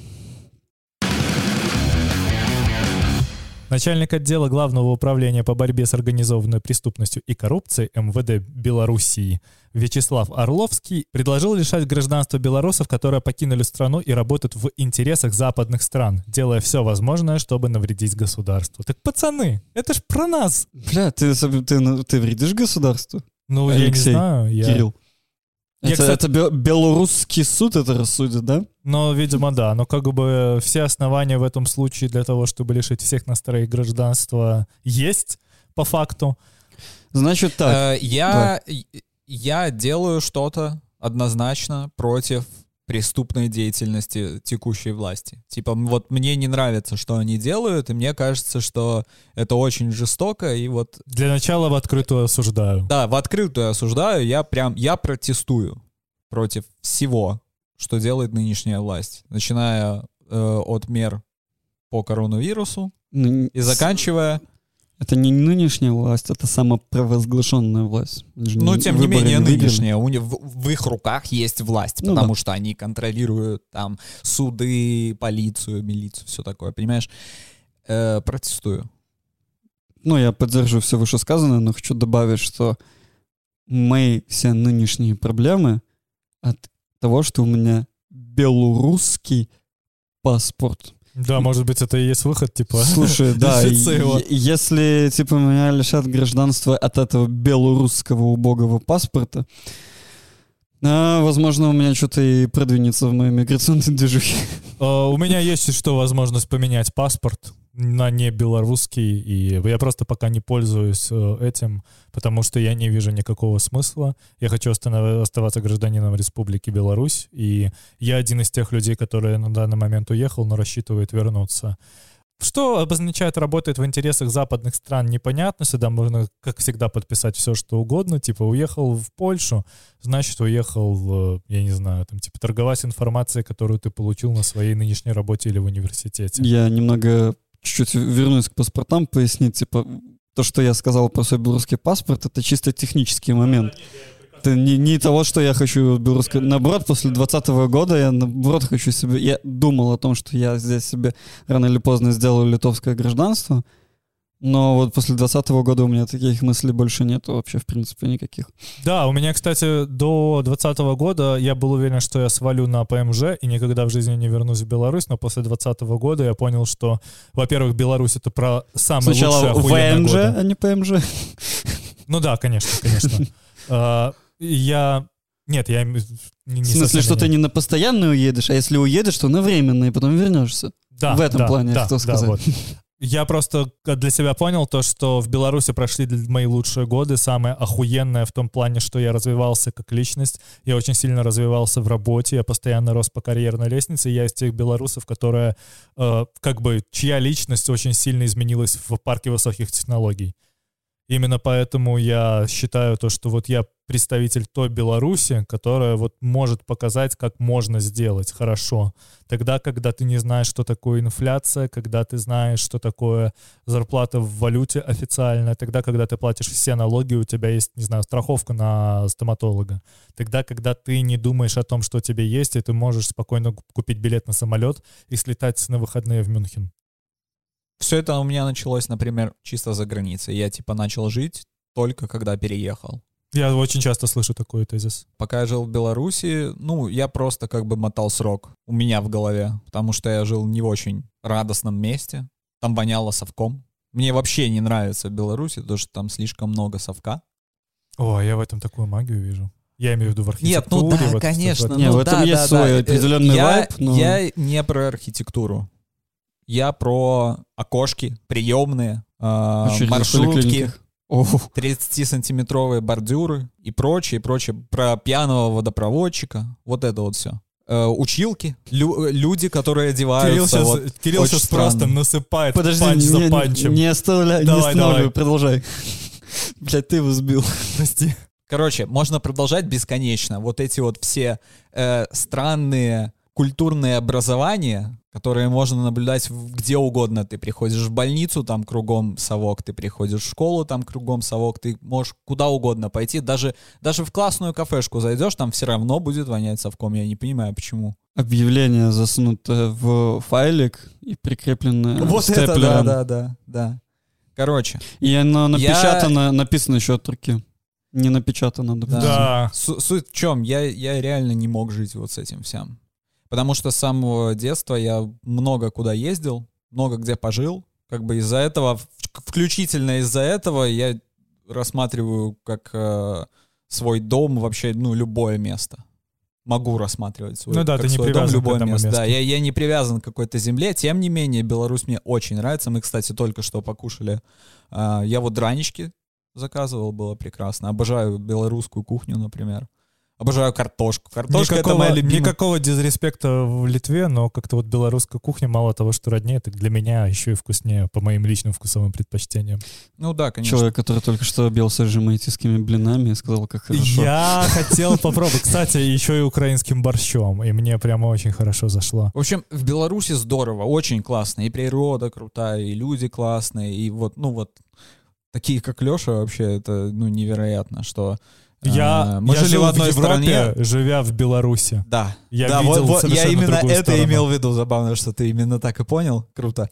Начальник отдела Главного управления по борьбе с организованной преступностью и коррупцией эм вэ дэ Белоруссии Вячеслав Орловский предложил лишать гражданства белорусов, которые покинули страну и работают в интересах западных стран, делая все возможное, чтобы навредить государству. Так, пацаны, это ж про нас. Бля, ты, ты, ты вредишь государству? Ну, Алексей, я не знаю. Я... Кирилл. Я, это, кстати... это белорусский суд это рассудит, да? Ну, видимо, да. Но как бы все основания в этом случае для того, чтобы лишить всех нас троих гражданства, есть по факту. Значит так. Э, я, я делаю что-то однозначно против преступной деятельности текущей власти. Типа, вот мне не нравится, что они делают, и мне кажется, что это очень жестоко, и вот... Для начала в открытую осуждаю. Да, в открытую осуждаю, я прям, я протестую против всего, что делает нынешняя власть, начиная э, от мер по коронавирусу ну, и заканчивая... Это не нынешняя власть, это самопровозглашенная власть. Ну, тем не менее, не нынешняя. У них, в, в их руках есть власть, ну, потому да. что они контролируют там суды, полицию, милицию, все такое, понимаешь? Э, протестую. Ну, я поддерживаю все вышесказанное, но хочу добавить, что мои все нынешние проблемы от того, что у меня белорусский паспорт. Да, может быть, это и есть выход, типа. Слушай, да, лишиться его. и- если, типа, меня лишат гражданства от этого белорусского убогого паспорта, а, возможно, у меня что-то и продвинется в моей миграционной движухе. Э, У меня есть что возможность поменять паспорт на не белорусский, и я просто пока не пользуюсь э, этим, потому что я не вижу никакого смысла. Я хочу останов- оставаться гражданином Республики Беларусь, и я один из тех людей, которые на данный момент уехал, но рассчитывает вернуться. Что обозначает работает в интересах западных стран, непонятно. Сюда можно, как всегда, подписать все, что угодно. Типа, уехал в Польшу, значит, уехал, э, я не знаю, там, типа, торговать информацией, которую ты получил на своей нынешней работе или в университете. Я немного чуть-чуть вернусь к паспортам, пояснить, типа, то, что я сказал про свой белорусский паспорт, это чисто технический момент. Это не, не того, что я хочу белорусское. Наоборот, после двадцатого года я, наоборот, хочу себе... Я думал о том, что я здесь себе рано или поздно сделаю литовское гражданство, но вот после двадцатого года у меня таких мыслей больше нету вообще, в принципе, никаких. Да, у меня, кстати, до двадцатого года я был уверен, что я свалю на ПМЖ и никогда в жизни не вернусь в Беларусь, но после двадцатого года я понял, что, во-первых, Беларусь — это про самый лучший Сначала охуенный ВМЖ, годы. а не ПМЖ. Ну да, конечно, конечно. А, Я... Нет, я... не- не В смысле, совсем что ты не- не на постоянную уедешь, а если уедешь, то на временное, и потом вернешься. Да, в этом да, плане я да, хотел да, сказать. вот. Я просто для себя понял то, что в Беларуси прошли мои лучшие годы, самое охуенное в том плане, что я развивался как личность, я очень сильно развивался в работе, я постоянно рос по карьерной лестнице, и я из тех белорусов, которые, э, как бы, чья личность очень сильно изменилась в парке высоких технологий. Именно поэтому я считаю то, что вот я представитель той Беларуси, которая вот может показать, как можно сделать хорошо. Тогда, когда ты не знаешь, что такое инфляция, когда ты знаешь, что такое зарплата в валюте официальная, тогда, когда ты платишь все налоги, у тебя есть, не знаю, страховка на стоматолога. Тогда, когда ты не думаешь о том, что тебе есть, и ты можешь спокойно купить билет на самолет и слетать на выходные в Мюнхен. Все это у меня началось, например, чисто за границей. Я типа начал жить только когда переехал. Я очень часто слышу такой тезис. Пока я жил в Беларуси, ну, я просто как бы мотал срок у меня в голове, потому что я жил не в очень радостном месте. Там воняло совком. Мне вообще не нравится в Беларуси, потому что там слишком много совка. О, я в этом такую магию вижу. Я имею в виду в архитектуре. Нет, ну да, вот, конечно. вот- Не, ну, в этом да, есть да, свой да. определенный я, вайб, но- я не про архитектуру. Я про окошки, приемные, э, Очереди в маршрутки, поликлиниках. О, тридцатисантиметровые бордюры и прочее, прочее. Про пьяного водопроводчика. Вот это вот все. Э, училки, лю- люди, которые Кирилл одеваются. сейчас, вот, Кирилл очень сейчас странно. просто насыпает подожди, панч за не, панчем. не оставляй, не Давай, останавливай, давай. продолжай. Блядь, ты его сбил. Прости. Короче, можно продолжать бесконечно. Вот эти вот все э, странные культурные образования, которые можно наблюдать в- где угодно. Ты приходишь в больницу, там кругом совок, ты приходишь в школу, там кругом совок, ты можешь куда угодно пойти. Даже, даже в классную кафешку зайдешь, там все равно будет вонять совком. Я не понимаю, почему. Объявление засунутое в файлик и прикрепленное Вот это, да, степлером. да, да, да. Короче, И оно Я- напечатано, написано еще от руки. Не напечатано, допустим. Да. Су- суть в чем? Я, я реально не мог жить вот с этим всем. Потому что с самого детства я много куда ездил, много где пожил. Как бы из-за этого, в- включительно из-за этого, я рассматриваю как э, свой дом вообще, ну, любое место. Могу рассматривать свой, Ну да, как ты не свой дом привязан к любое этому место. Да, месту. я, я не привязан к какой-то земле. Тем не менее, Беларусь мне очень нравится. Мы, кстати, только что покушали. А, я вот дранички заказывал, было прекрасно. Обожаю белорусскую кухню, например. Обожаю картошку. Картошка — это Никакого, моя любимая. никакого дизреспекта в Литве, но как-то вот белорусская кухня мало того, что роднее, так для меня еще и вкуснее, по моим личным вкусовым предпочтениям. Ну да, конечно. Человек, который только что объелся жемаитийскими блинами, сказал, как хорошо. Я хотел попробовать. Кстати, еще и украинским борщом, и мне прямо очень хорошо зашло. В общем, в Беларуси здорово, очень классно. И природа крутая, и люди классные, и вот, ну вот, такие, как Леша, вообще, это, ну, невероятно, что... Я, э, мы я жили жил в одной Европе, стране. живя в Беларуси. Да. Я да, видел вот, вот, я совершенно именно другую это сторону. имел в виду. Забавно, что ты именно так и понял. Круто.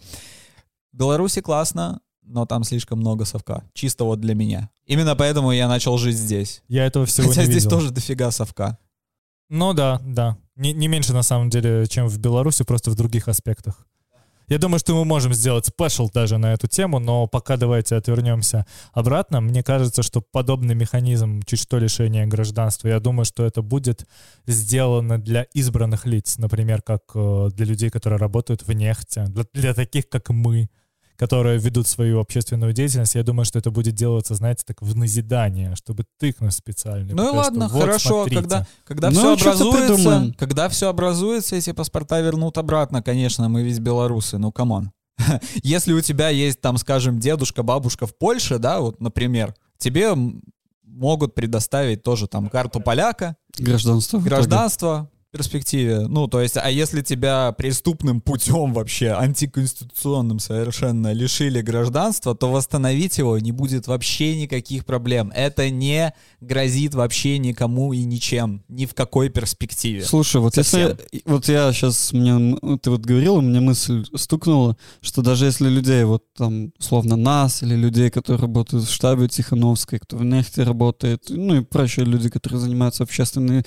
В Беларуси классно, но там слишком много совка. Чисто вот для меня. Именно поэтому я начал жить здесь. Я этого всего Хотя не здесь видел. тоже дофига совка. Ну да, да. Не, не меньше на самом деле, чем в Беларуси, просто в других аспектах. Я думаю, что мы можем сделать спешл даже на эту тему, но пока давайте отвернемся обратно. Мне кажется, что подобный механизм чуть что лишения гражданства, я думаю, что это будет сделано для избранных лиц, например, как для людей, которые работают в нефти, для, для таких, как мы, которые ведут свою общественную деятельность. Я думаю, что это будет делаться, знаете, так в назидание, чтобы тыкнуть специально. Ну и ладно, что, вот, хорошо, смотрите. когда, когда Ну, все образуется, придумаем. когда все образуется, эти паспорта вернут обратно, конечно, мы ведь белорусы, ну камон. Если у тебя есть, там, скажем, дедушка, бабушка в Польше, да, вот, например, тебе м- могут предоставить тоже там карту поляка, Гражданство. в итоге. гражданство в перспективе. Ну, то есть, а если тебя преступным путем вообще, антиконституционным совершенно лишили гражданства, то восстановить его не будет вообще никаких проблем. Это не грозит вообще никому и ничем, ни в какой перспективе. Слушай, вот Совсем. если... Вот я сейчас... Мне, ты вот говорил, у меня мысль стукнула, что даже если людей, вот там, условно, нас, или людей, которые работают в штабе Тихановской, кто в нефти работает, ну и прочие люди, которые занимаются общественной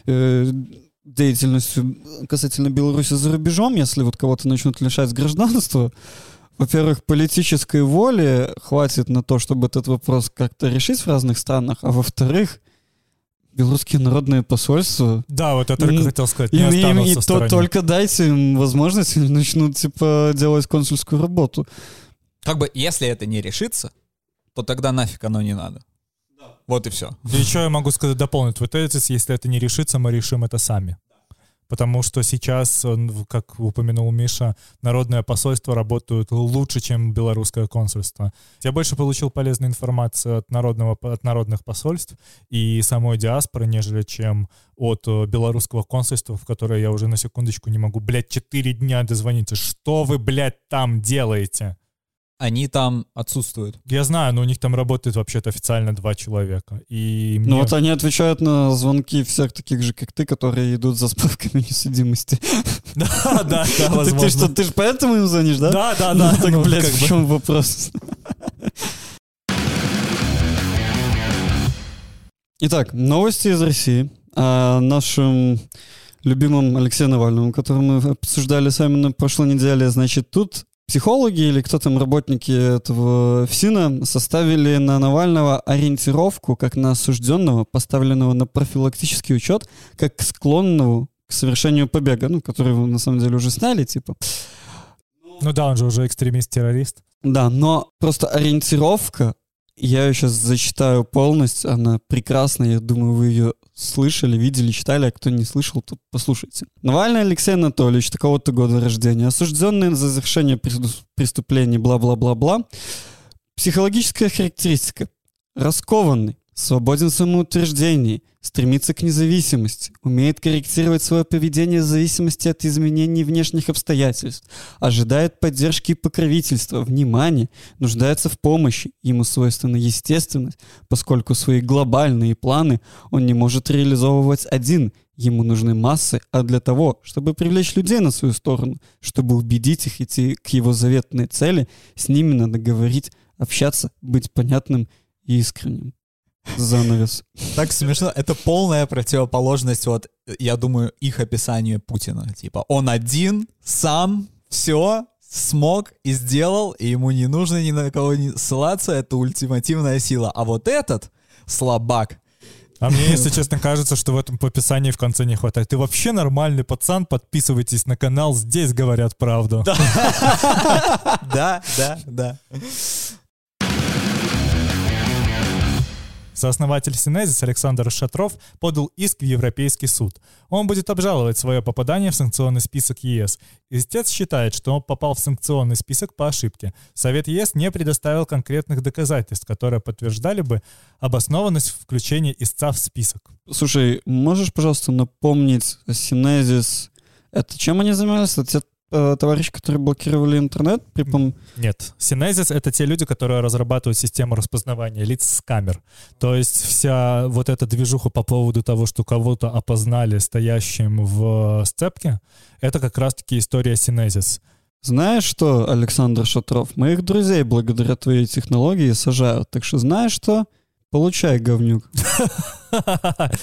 э, деятельностью касательно Беларуси за рубежом, если вот кого-то начнут лишать гражданства, во-первых, политической воли хватит на то, чтобы этот вопрос как-то решить в разных странах, а во-вторых, белорусские народные посольства... Да, вот я только М, хотел сказать, не Им, им останутся и в то, стороне. только дайте им возможность, и начнут, типа, делать консульскую работу. Как бы, если это не решится, то тогда нафиг оно не надо. Вот и все. И еще я могу сказать, дополнить твой тезис, если это не решится, мы решим это сами. Потому что сейчас, как упомянул Миша, народное посольство работают лучше, чем белорусское консульство. Я больше получил полезной информации от, народного, от народных посольств и самой диаспоры, нежели чем от белорусского консульства, в которое я уже на секундочку не могу, блядь, четыре дня дозвониться. Что вы, блядь, там делаете? Они там отсутствуют. Я знаю, но у них там работает вообще-то официально два человека. И мне... Ну вот они отвечают на звонки всех таких же, как ты, которые идут за справками несудимости. Да, да, да, Ты- Ты возможно. что, ты же поэтому им звонишь, да? Да, да, Ну да. так, ну, блядь, как в бы. чем вопрос? Итак, новости из России. О нашем любимом Алексее Навальном, который мы обсуждали с вами на прошлой неделе. Значит, тут психологи или кто там, работники этого ФСИНа, составили на Навального ориентировку как на осужденного, поставленного на профилактический учет, как к склонному к совершению побега, ну, который вы на самом деле уже сняли, типа. Ну да, он же уже экстремист-террорист. Да, но просто ориентировка, я ее сейчас зачитаю полностью, она прекрасная, я думаю, вы ее слышали, видели, читали, а кто не слышал, то послушайте. Навальный Алексей Анатольевич, такого-то года рождения, осужденный за совершение преступлений, бла-бла-бла-бла. Психологическая характеристика. Раскованный, свободен в самоутверждении, стремится к независимости, умеет корректировать свое поведение в зависимости от изменений внешних обстоятельств, ожидает поддержки и покровительства, внимания, нуждается в помощи, ему свойственна естественность, поскольку свои глобальные планы он не может реализовывать один, ему нужны массы, а для того, чтобы привлечь людей на свою сторону, чтобы убедить их идти к его заветной цели, с ними надо говорить, общаться, быть понятным и искренним. Занавес. Так смешно. Это полная противоположность, вот, я думаю, их описанию Путина. Типа, он один, сам, все, смог и сделал, и ему не нужно ни на кого не ссылаться, это ультимативная сила. А вот этот слабак. А мне, если честно, кажется, что в этом описании в конце не хватает. Ты вообще нормальный пацан, подписывайтесь на канал, здесь говорят правду. Да, да, да. Сооснователь Синезис Александр Шатров подал иск в Европейский суд. Он будет обжаловать свое попадание в санкционный список ЕС. Истец считает, что он попал в санкционный список по ошибке. Совет ЕС не предоставил конкретных доказательств, которые подтверждали бы обоснованность включения истца в список. Слушай, можешь, пожалуйста, напомнить, Синезис, это чем они занимались? Это те э, товарищи, которые блокировали интернет при пом... Нет. Синезис — это те люди, которые разрабатывают систему распознавания лиц с камер. То есть вся вот эта движуха по поводу того, что кого-то опознали стоящим в сцепке, это как раз-таки история Синезис. Знаешь что, Александр Шатров, моих друзей благодаря твоей технологии сажают, так что знаешь что? Получай, говнюк.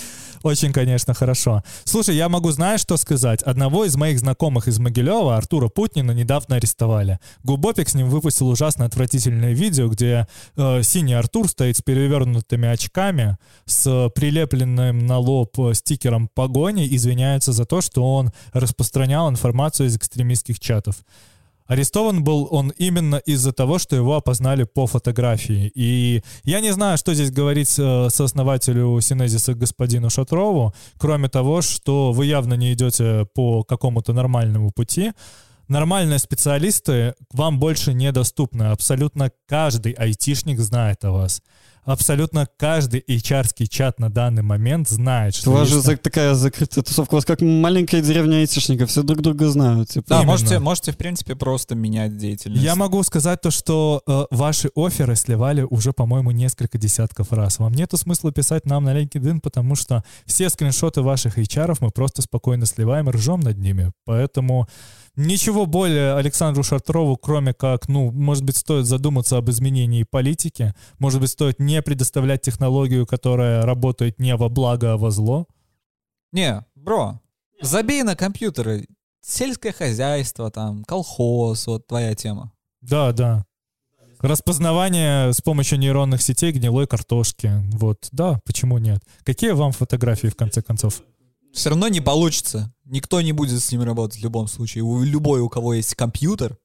Очень, конечно, хорошо. Слушай, я могу, знаешь, что сказать? Одного из моих знакомых из Могилева, Артура Путнина, недавно арестовали. Губопик с ним выпустил ужасно отвратительное видео, где э, синий Артур стоит с перевернутыми очками, с прилепленным на лоб стикером погони, извиняется за то, что он распространял информацию из экстремистских чатов. Арестован был он именно из-за того, что его опознали по фотографии. И я не знаю, что здесь говорить сооснователю Синезиса господину Шатрову, кроме того, что вы явно не идете по какому-то нормальному пути. Нормальные специалисты вам больше недоступны. Абсолютно каждый айтишник знает о вас. Абсолютно каждый эйч ар-ский чат на данный момент знает, что... У вас есть... же такая закрытая тусовка, у вас как маленькая деревня айтишников, все друг друга знают. Типа. Да, можете, можете, в принципе, просто менять деятельность. Я могу сказать то, что э, ваши офферы сливали уже, по-моему, несколько десятков раз. Вам нету смысла писать нам на LinkedIn, потому что все скриншоты ваших эйч ар-ов мы просто спокойно сливаем и ржем над ними. Поэтому... Ничего более Александру Шатрову, кроме как, ну, может быть, стоит задуматься об изменении политики, может быть, стоит не предоставлять технологию, которая работает не во благо, а во зло. Не, бро, забей на компьютеры. Сельское хозяйство, там, колхоз, вот твоя тема. Да, да. Распознавание с помощью нейронных сетей гнилой картошки. Вот, да, почему нет? Какие вам фотографии, в конце концов? Все равно не получится. Никто не будет с ним работать в любом случае. У любой, у кого есть компьютер,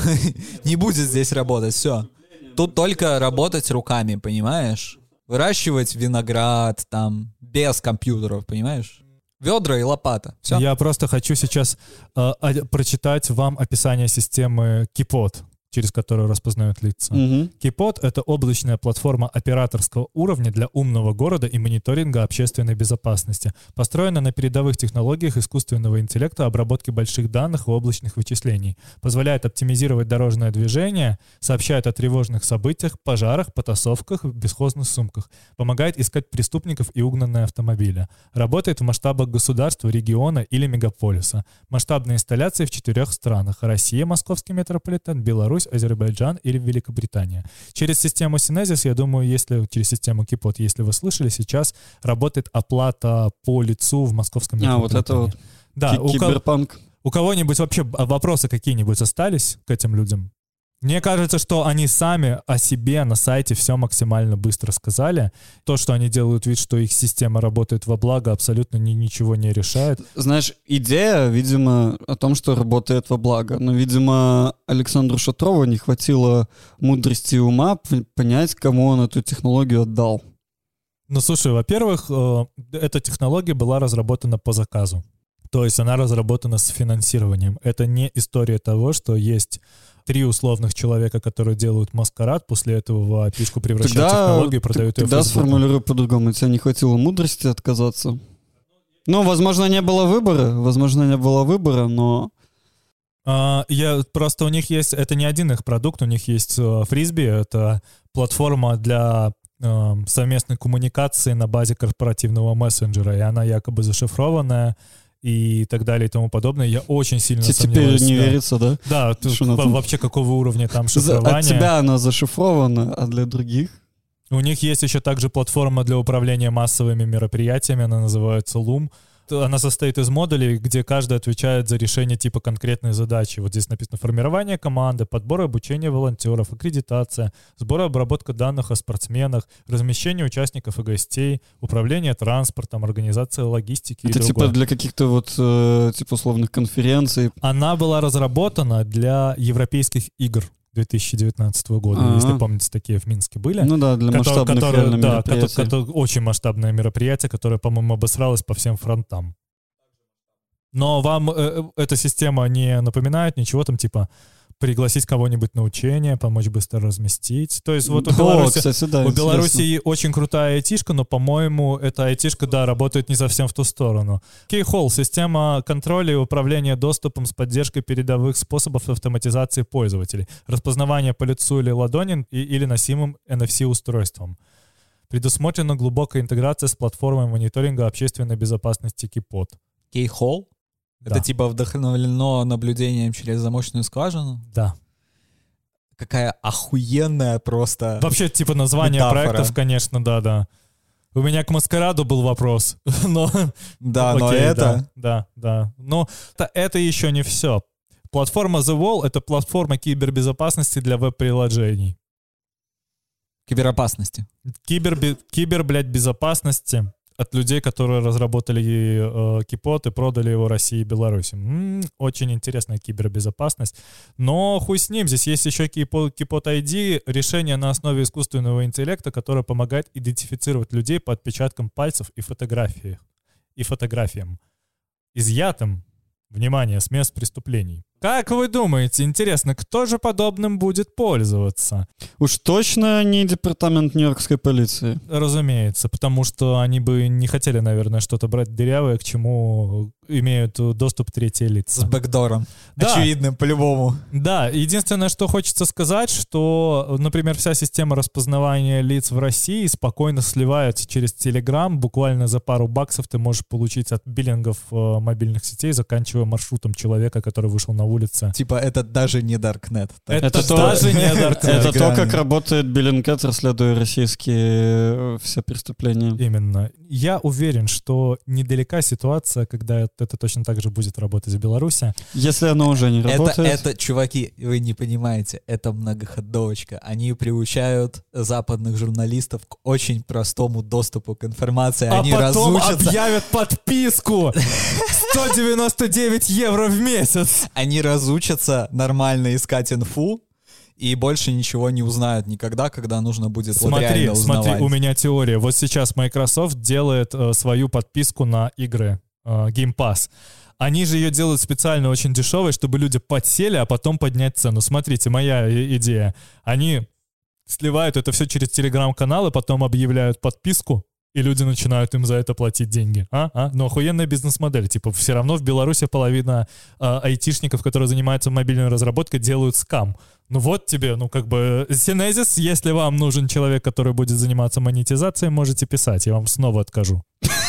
не будет здесь работать. Все. Тут только работать руками, понимаешь? Выращивать виноград там без компьютеров, понимаешь? Ведра и лопата. Все. Я просто хочу сейчас э, прочитать вам описание системы Кипот, через которую распознают лица. Угу. Кипот — это облачная платформа операторского уровня для умного города и мониторинга общественной безопасности. Построена на передовых технологиях искусственного интеллекта обработки больших данных и облачных вычислений. Позволяет оптимизировать дорожное движение, сообщает о тревожных событиях, пожарах, потасовках, бесхозных сумках. Помогает искать преступников и угнанные автомобили. Работает в масштабах государства, региона или мегаполиса. Масштабные инсталляции в четырех странах: Россия, московский метрополитен, Беларусь, Азербайджан или Великобритания. Через систему Синезис, я думаю, если через систему Кипот, если вы слышали, сейчас работает оплата по лицу в московском метрополитене. А, вот это вот. Да, Ки- киберпанк. У, у кого-нибудь вообще вопросы какие-нибудь остались к этим людям? Мне кажется, что они сами о себе на сайте все максимально быстро сказали. То, что они делают вид, что их система работает во благо, абсолютно ни, ничего не решает. Знаешь, идея, видимо, о том, что работает во благо. Но, видимо, Александру Шатрову не хватило мудрости и ума понять, кому он эту технологию отдал. Ну, слушай, во-первых, э, эта технология была разработана по заказу. То есть она разработана с финансированием. Это не история того, что есть три условных человека, которые делают маскарад, после этого в эй пи ай-шку превращают тогда, технологию и продают ее в Тогда Facebook. сформулирую по-другому. Тебе не хватило мудрости отказаться. Ну, возможно, не было выбора. Возможно, не было выбора, но... А, я, просто у них есть... Это не один их продукт, у них есть Фрисби. Это платформа для э, совместной коммуникации на базе корпоративного мессенджера, и она якобы зашифрованная, и так далее и тому подобное. Я очень сильно Тебе сомневаюсь. Теперь не да. верится, да? Да, тут там? вообще какого уровня там За- шифрование. От тебя она зашифрована, а для других? У них есть еще также платформа для управления массовыми мероприятиями, она называется Loom. Она состоит из модулей, где каждый отвечает за решение типа конкретной задачи. Вот здесь написано формирование команды, подбор и обучение волонтеров, аккредитация, сбор и обработка данных о спортсменах, размещение участников и гостей, управление транспортом, организация логистики Это и типа другое. для каких-то вот э, типа условных конференций. Она была разработана для европейских игр две тысячи девятнадцатого года. А-а. Если помните, такие в Минске были. Ну да, для Которые- масштабных которые- реально да, мероприятий. кото- кото- очень масштабное мероприятие, которое, по-моему, обосралось по всем фронтам. Но вам э, эта система не напоминает ничего там типа пригласить кого-нибудь на учение, помочь быстро разместить. То есть вот у О, Беларуси, кстати, да, у интересно. Беларуси очень крутая айтишка, но, по-моему, эта айтишка, да, работает не совсем в ту сторону. Keyhole — система контроля и управления доступом с поддержкой передовых способов автоматизации пользователей. Распознавание по лицу или ладони и, или носимым эн эф си-устройством. Предусмотрена глубокая интеграция с платформой мониторинга общественной безопасности Kipot. Keyhole? Да. Это типа вдохновлено наблюдением через замочную скважину? Да. Какая охуенная просто... Вообще, типа, название Метафора. проектов, конечно, да-да. У меня к Маскараду был вопрос, но... Да, но Окей, это... Да, да, да. Но это, это еще не все. Платформа The Wall — это платформа кибербезопасности для веб-приложений. Киберопасности. Кибер, кибер, блядь, безопасности от людей, которые разработали э, Кипот и продали его России и Беларуси. М-м, очень интересная кибербезопасность. Но хуй с ним, здесь есть еще Кипот ай ди, решение на основе искусственного интеллекта, которое помогает идентифицировать людей по отпечаткам пальцев и фотографиях, и фотографиям, изъятым, внимание, с мест преступлений. Как вы думаете, интересно, кто же подобным будет пользоваться? Уж точно не департамент нью-йоркской полиции. Разумеется, потому что они бы не хотели, наверное, что-то брать дырявое, к чему имеют доступ третьи лица. С бэкдором. Да. Очевидным, по-любому. Да, единственное, что хочется сказать, что, например, вся система распознавания лиц в России спокойно сливается через Telegram. Буквально за пару баксов ты можешь получить от биллингов э, мобильных сетей, заканчивая маршрутом человека, который вышел на улице. Типа это даже не Darknet. Это, Это то- даже не Darknet. Это то, как работает Bellingcat, расследуя российские э, все преступления. Именно. Я уверен, что недалека ситуация, когда это точно так же будет работать в Беларуси. Если оно уже не Это, работает... это, чуваки, вы не понимаете, это многоходовочка. Они приучают западных журналистов к очень простому доступу к информации. А Они потом разучатся, объявят подписку сто девяносто девять евро в месяц. они разучатся нормально искать инфу и больше ничего не узнают никогда, когда нужно будет вот Смотри, реально узнавать. смотри, у меня теория. Вот сейчас Microsoft делает э, свою подписку на игры э, Game Pass. Они же ее делают специально очень дешевой, чтобы люди подсели, а потом поднять цену. Смотрите, моя и- идея. Они сливают это все через телеграм-каналы, потом объявляют подписку, и люди начинают им за это платить деньги. А? А? Ну, охуенная бизнес-модель. Типа, все равно в Беларуси половина а, айтишников, которые занимаются мобильной разработкой, делают скам. Ну вот тебе, ну как бы, Синезис, если вам нужен человек, который будет заниматься монетизацией, можете писать, я вам снова откажу.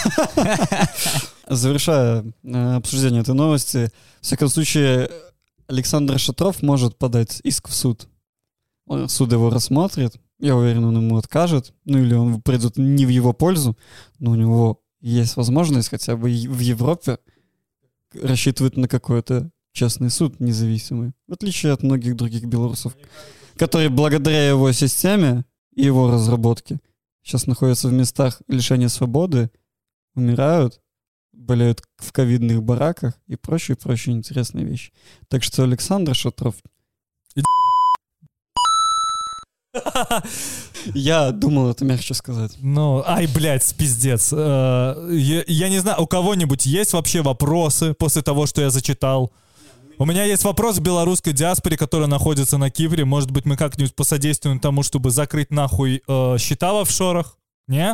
Завершая э, обсуждение этой новости, в всяком случае, Александр Шатров может подать иск в суд. Он- Суд его рассмотрит. Я уверен, он ему откажет. Ну или он придет не в его пользу, но у него есть возможность хотя бы и в Европе рассчитывать на какой-то частный суд независимый. В отличие от многих других белорусов, которые благодаря его системе и его разработке сейчас находятся в местах лишения свободы, умирают, болеют в ковидных бараках и прочие-прочие интересные вещи. Так что Александр Шатров... Я думал это мягче сказать. Ну, ай, блядь, пиздец. Э, Я, я не знаю, у кого-нибудь есть вообще вопросы после того, что я зачитал? У меня есть вопрос к белорусской диаспоре, которая находится на Кипре. Может быть, мы как-нибудь посодействуем тому, чтобы закрыть нахуй э, счета в офшорах? Не?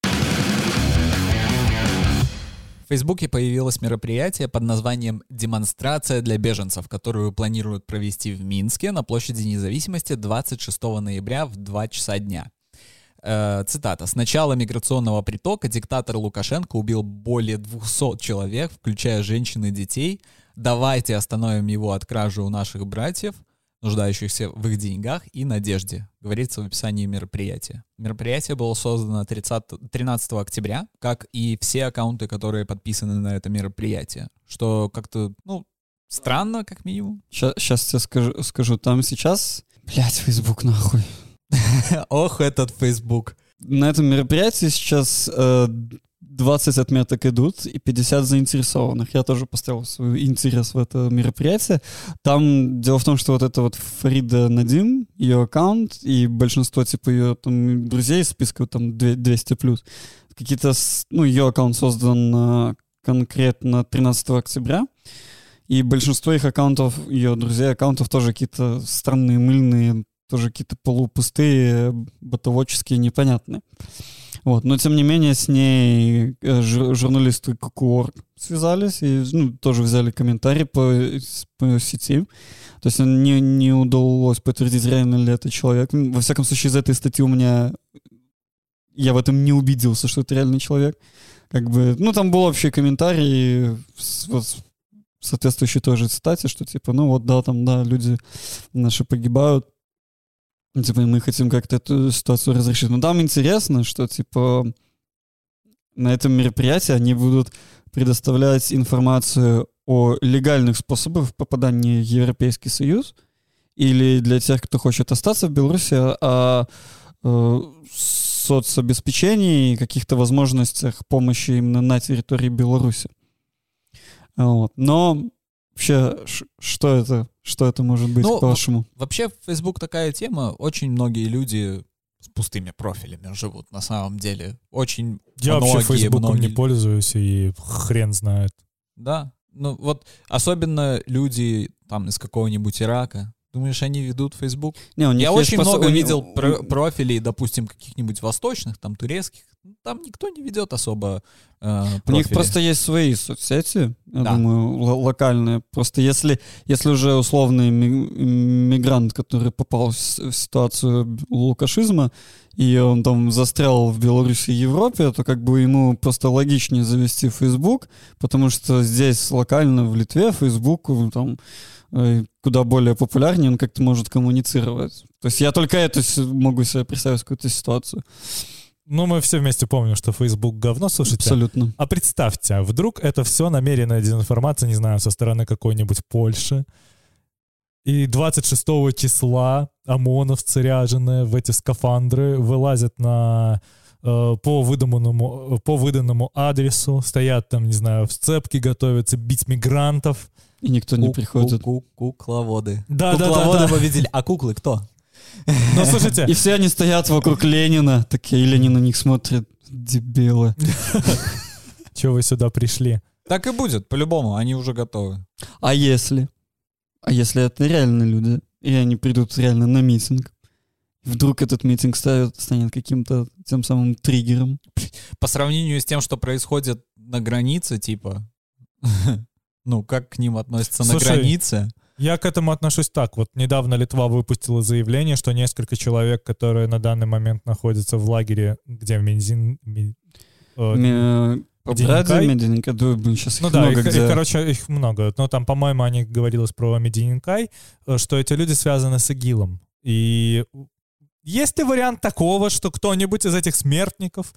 В Фейсбуке появилось мероприятие под названием «Демонстрация для беженцев», которую планируют провести в Минске на площади Независимости двадцать шестого ноября в два часа дня. Э, цитата. «С начала миграционного притока диктатор Лукашенко убил более двухсот человек, включая женщин и детей. Давайте остановим его от кражи у наших братьев, нуждающихся в их деньгах и надежде», говорится в описании мероприятия. Мероприятие было создано тринадцатого октября, как и все аккаунты, которые подписаны на это мероприятие, что как-то, ну, странно, как минимум. Сейчас тебе скажу, скажу, там сейчас... Блять, Фейсбук нахуй. Ох, этот Facebook. На этом мероприятии сейчас э, двадцать отметок идут и пятьдесят заинтересованных. Я тоже поставил свой интерес в это мероприятие. Там дело в том, что вот это вот Фарида Надим, ее аккаунт, и большинство типа ее там друзей из списка там двести плюс. Какие-то, с- ну, ее аккаунт создан э, конкретно тринадцатого октября. И большинство их аккаунтов, ее друзей аккаунтов тоже какие-то странные, мыльные, тоже какие-то полупустые, ботоводческие, непонятные. Вот. Но, тем не менее, с ней э, жур- журналисты КУКУОРГ связались и, ну, тоже взяли комментарии по, с- по сети. То есть не, не удалось подтвердить, реально ли это человек. М, Во всяком случае, из этой статьи у меня... Я в этом не убедился, что это реальный человек. Как бы, ну, там был общий комментарий, с- вот, соответствующий той же цитате, что типа, ну вот, да, там, да, люди наши погибают. Типа, мы хотим как-то эту ситуацию разрешить. Но там интересно, что, типа, на этом мероприятии они будут предоставлять информацию о легальных способах попадания в Европейский Союз или для тех, кто хочет остаться в Беларуси, о, о соцобеспечении и каких-то возможностях помощи именно на территории Беларуси. Вот. Но вообще, ш- что это? Что это может быть, Ну, по-вашему? Вообще, Facebook такая тема. Очень многие люди с пустыми профилями живут на самом деле. Очень Я многие, вообще Фейсбуком многие... не пользуюсь, и хрен знает. Да. Ну вот, особенно люди там из какого-нибудь Ирака. Думаешь, они ведут Facebook? Не, у них Я есть очень просто- много у них- видел про- профилей, допустим, каких-нибудь восточных, там, турецких. Там никто не ведет особо э, У них профили. просто есть свои соцсети, я Да. думаю, л- локальные. Просто если, если уже условный ми- мигрант, который попал в с- в ситуацию лукашизма, и он там застрял в Беларуси и Европе, то как бы ему просто логичнее завести Facebook, потому что здесь локально в Литве Facebook ну, там э, куда более популярнее, он как-то может коммуницировать. То есть я только это с- могу себе представить какую-то ситуацию. Ну, мы все вместе помним, что Facebook говно, слушайте. Абсолютно. А представьте, вдруг это все намеренная дезинформация, не знаю, со стороны какой-нибудь Польши. И двадцать шестого числа ОМОНовцы ряженые в эти скафандры вылазят на, э, по, выданному, по выданному адресу, стоят там, не знаю, в сцепке, готовятся бить мигрантов. И никто не Ку- приходит. ку- ку- Кукловоды. Да, да, да, Кукловоды да. победили. А куклы кто? Но слушайте, И все они стоят вокруг Ленина, такие, и Ленин на них смотрит, дебилы. что вы сюда пришли? Так и будет, по-любому, они уже готовы. А если? А если это реально люди, и они придут реально на митинг? Вдруг этот митинг станет, станет каким-то тем самым триггером? По сравнению с тем, что происходит на границе, типа, ну, как к ним относятся на Слушай, границе? Я к этому отношусь так. Вот недавно Литва выпустила заявление, что несколько человек, которые на данный момент находятся в лагере, где в Мензин... Ми- э, Ме- Мединкай? Побрать Мединка, да, блин, сейчас Ну их да, много их, где. их, короче, их много. Но там, по-моему, они говорилось про Мединкай, э, что эти люди связаны с ИГИЛом. И есть ли вариант такого, что кто-нибудь из этих смертников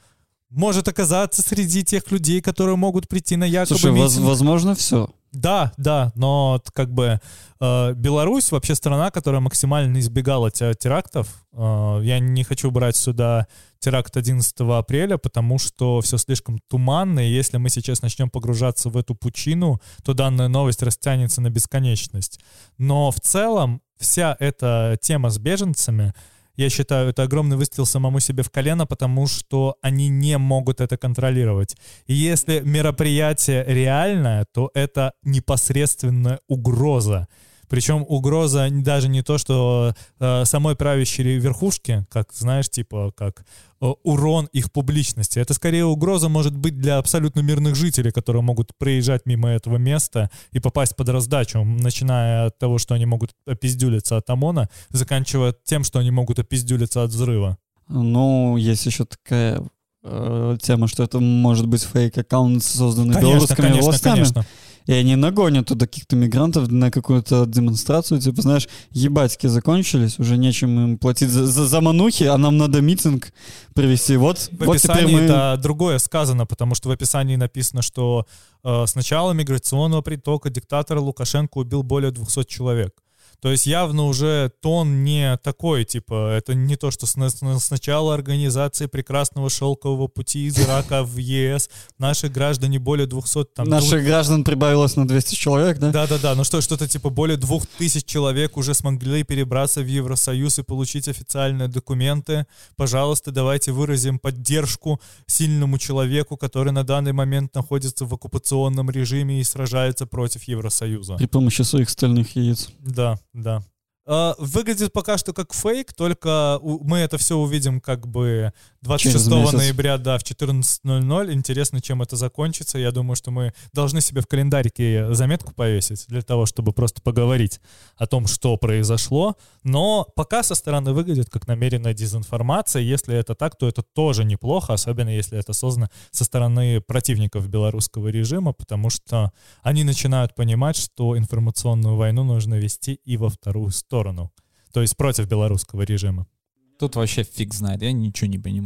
может оказаться среди тех людей, которые могут прийти на якобы Слушай, воз- митинг? возможно, все. Да, да, но т- как бы э, Беларусь вообще страна, которая максимально избегала те- терактов. Э, я не хочу брать сюда теракт одиннадцатого апреля, потому что все слишком туманно, и если мы сейчас начнем погружаться в эту пучину, то данная новость растянется на бесконечность. Но в целом вся эта тема с беженцами, я считаю, это огромный выстрел самому себе в колено, потому что они не могут это контролировать. И если мероприятие реальное, то это непосредственная угроза. Причем угроза даже не то, что э, самой правящей верхушке, как, знаешь, типа, как э, урон их публичности. Это скорее угроза может быть для абсолютно мирных жителей, которые могут проезжать мимо этого места и попасть под раздачу, начиная от того, что они могут опиздюлиться от ОМОНа, заканчивая тем, что они могут опиздюлиться от взрыва. Ну, есть еще такая э, тема, что это может быть фейк-аккаунт, созданный Конечно, белорусскими конечно, властями. конечно. И они нагонят туда каких-то мигрантов на какую-то демонстрацию. Типа, знаешь, ебатьки закончились, уже нечем им платить за, за, за манухи, а нам надо митинг провести. Вот, В вот теперь описании мы... это другое сказано, потому что в описании написано, что э, с начала миграционного притока диктатор Лукашенко убил более двухсот человек. То есть явно уже тон не такой, типа, это не то, что с, с, с начала организации прекрасного шелкового пути из Ирака в ЕС наши граждане более двухсот... Там, Наших граждан прибавилось на двести человек, да? Да-да-да, ну что, что-то типа более двух тысяч человек уже смогли перебраться в Евросоюз и получить официальные документы. Пожалуйста, давайте выразим поддержку сильному человеку, который на данный момент находится в оккупационном режиме и сражается против Евросоюза. При помощи своих стальных яиц. Да, да. А, Выглядит пока что как фейк, только у- мы это все увидим как бы двадцать шестого Через месяц. ноября, да, в четырнадцать ноль ноль. Интересно, чем это закончится. Я думаю, что мы должны себе в календарике заметку повесить для того, чтобы просто поговорить о том, что произошло. Но пока со стороны выглядит как намеренная дезинформация. Если это так, то это тоже неплохо, особенно если это создано со стороны противников белорусского режима, потому что они начинают понимать, что информационную войну нужно вести и во вторую сторону. То есть против белорусского режима. Тут вообще фиг знает, я ничего не понимаю.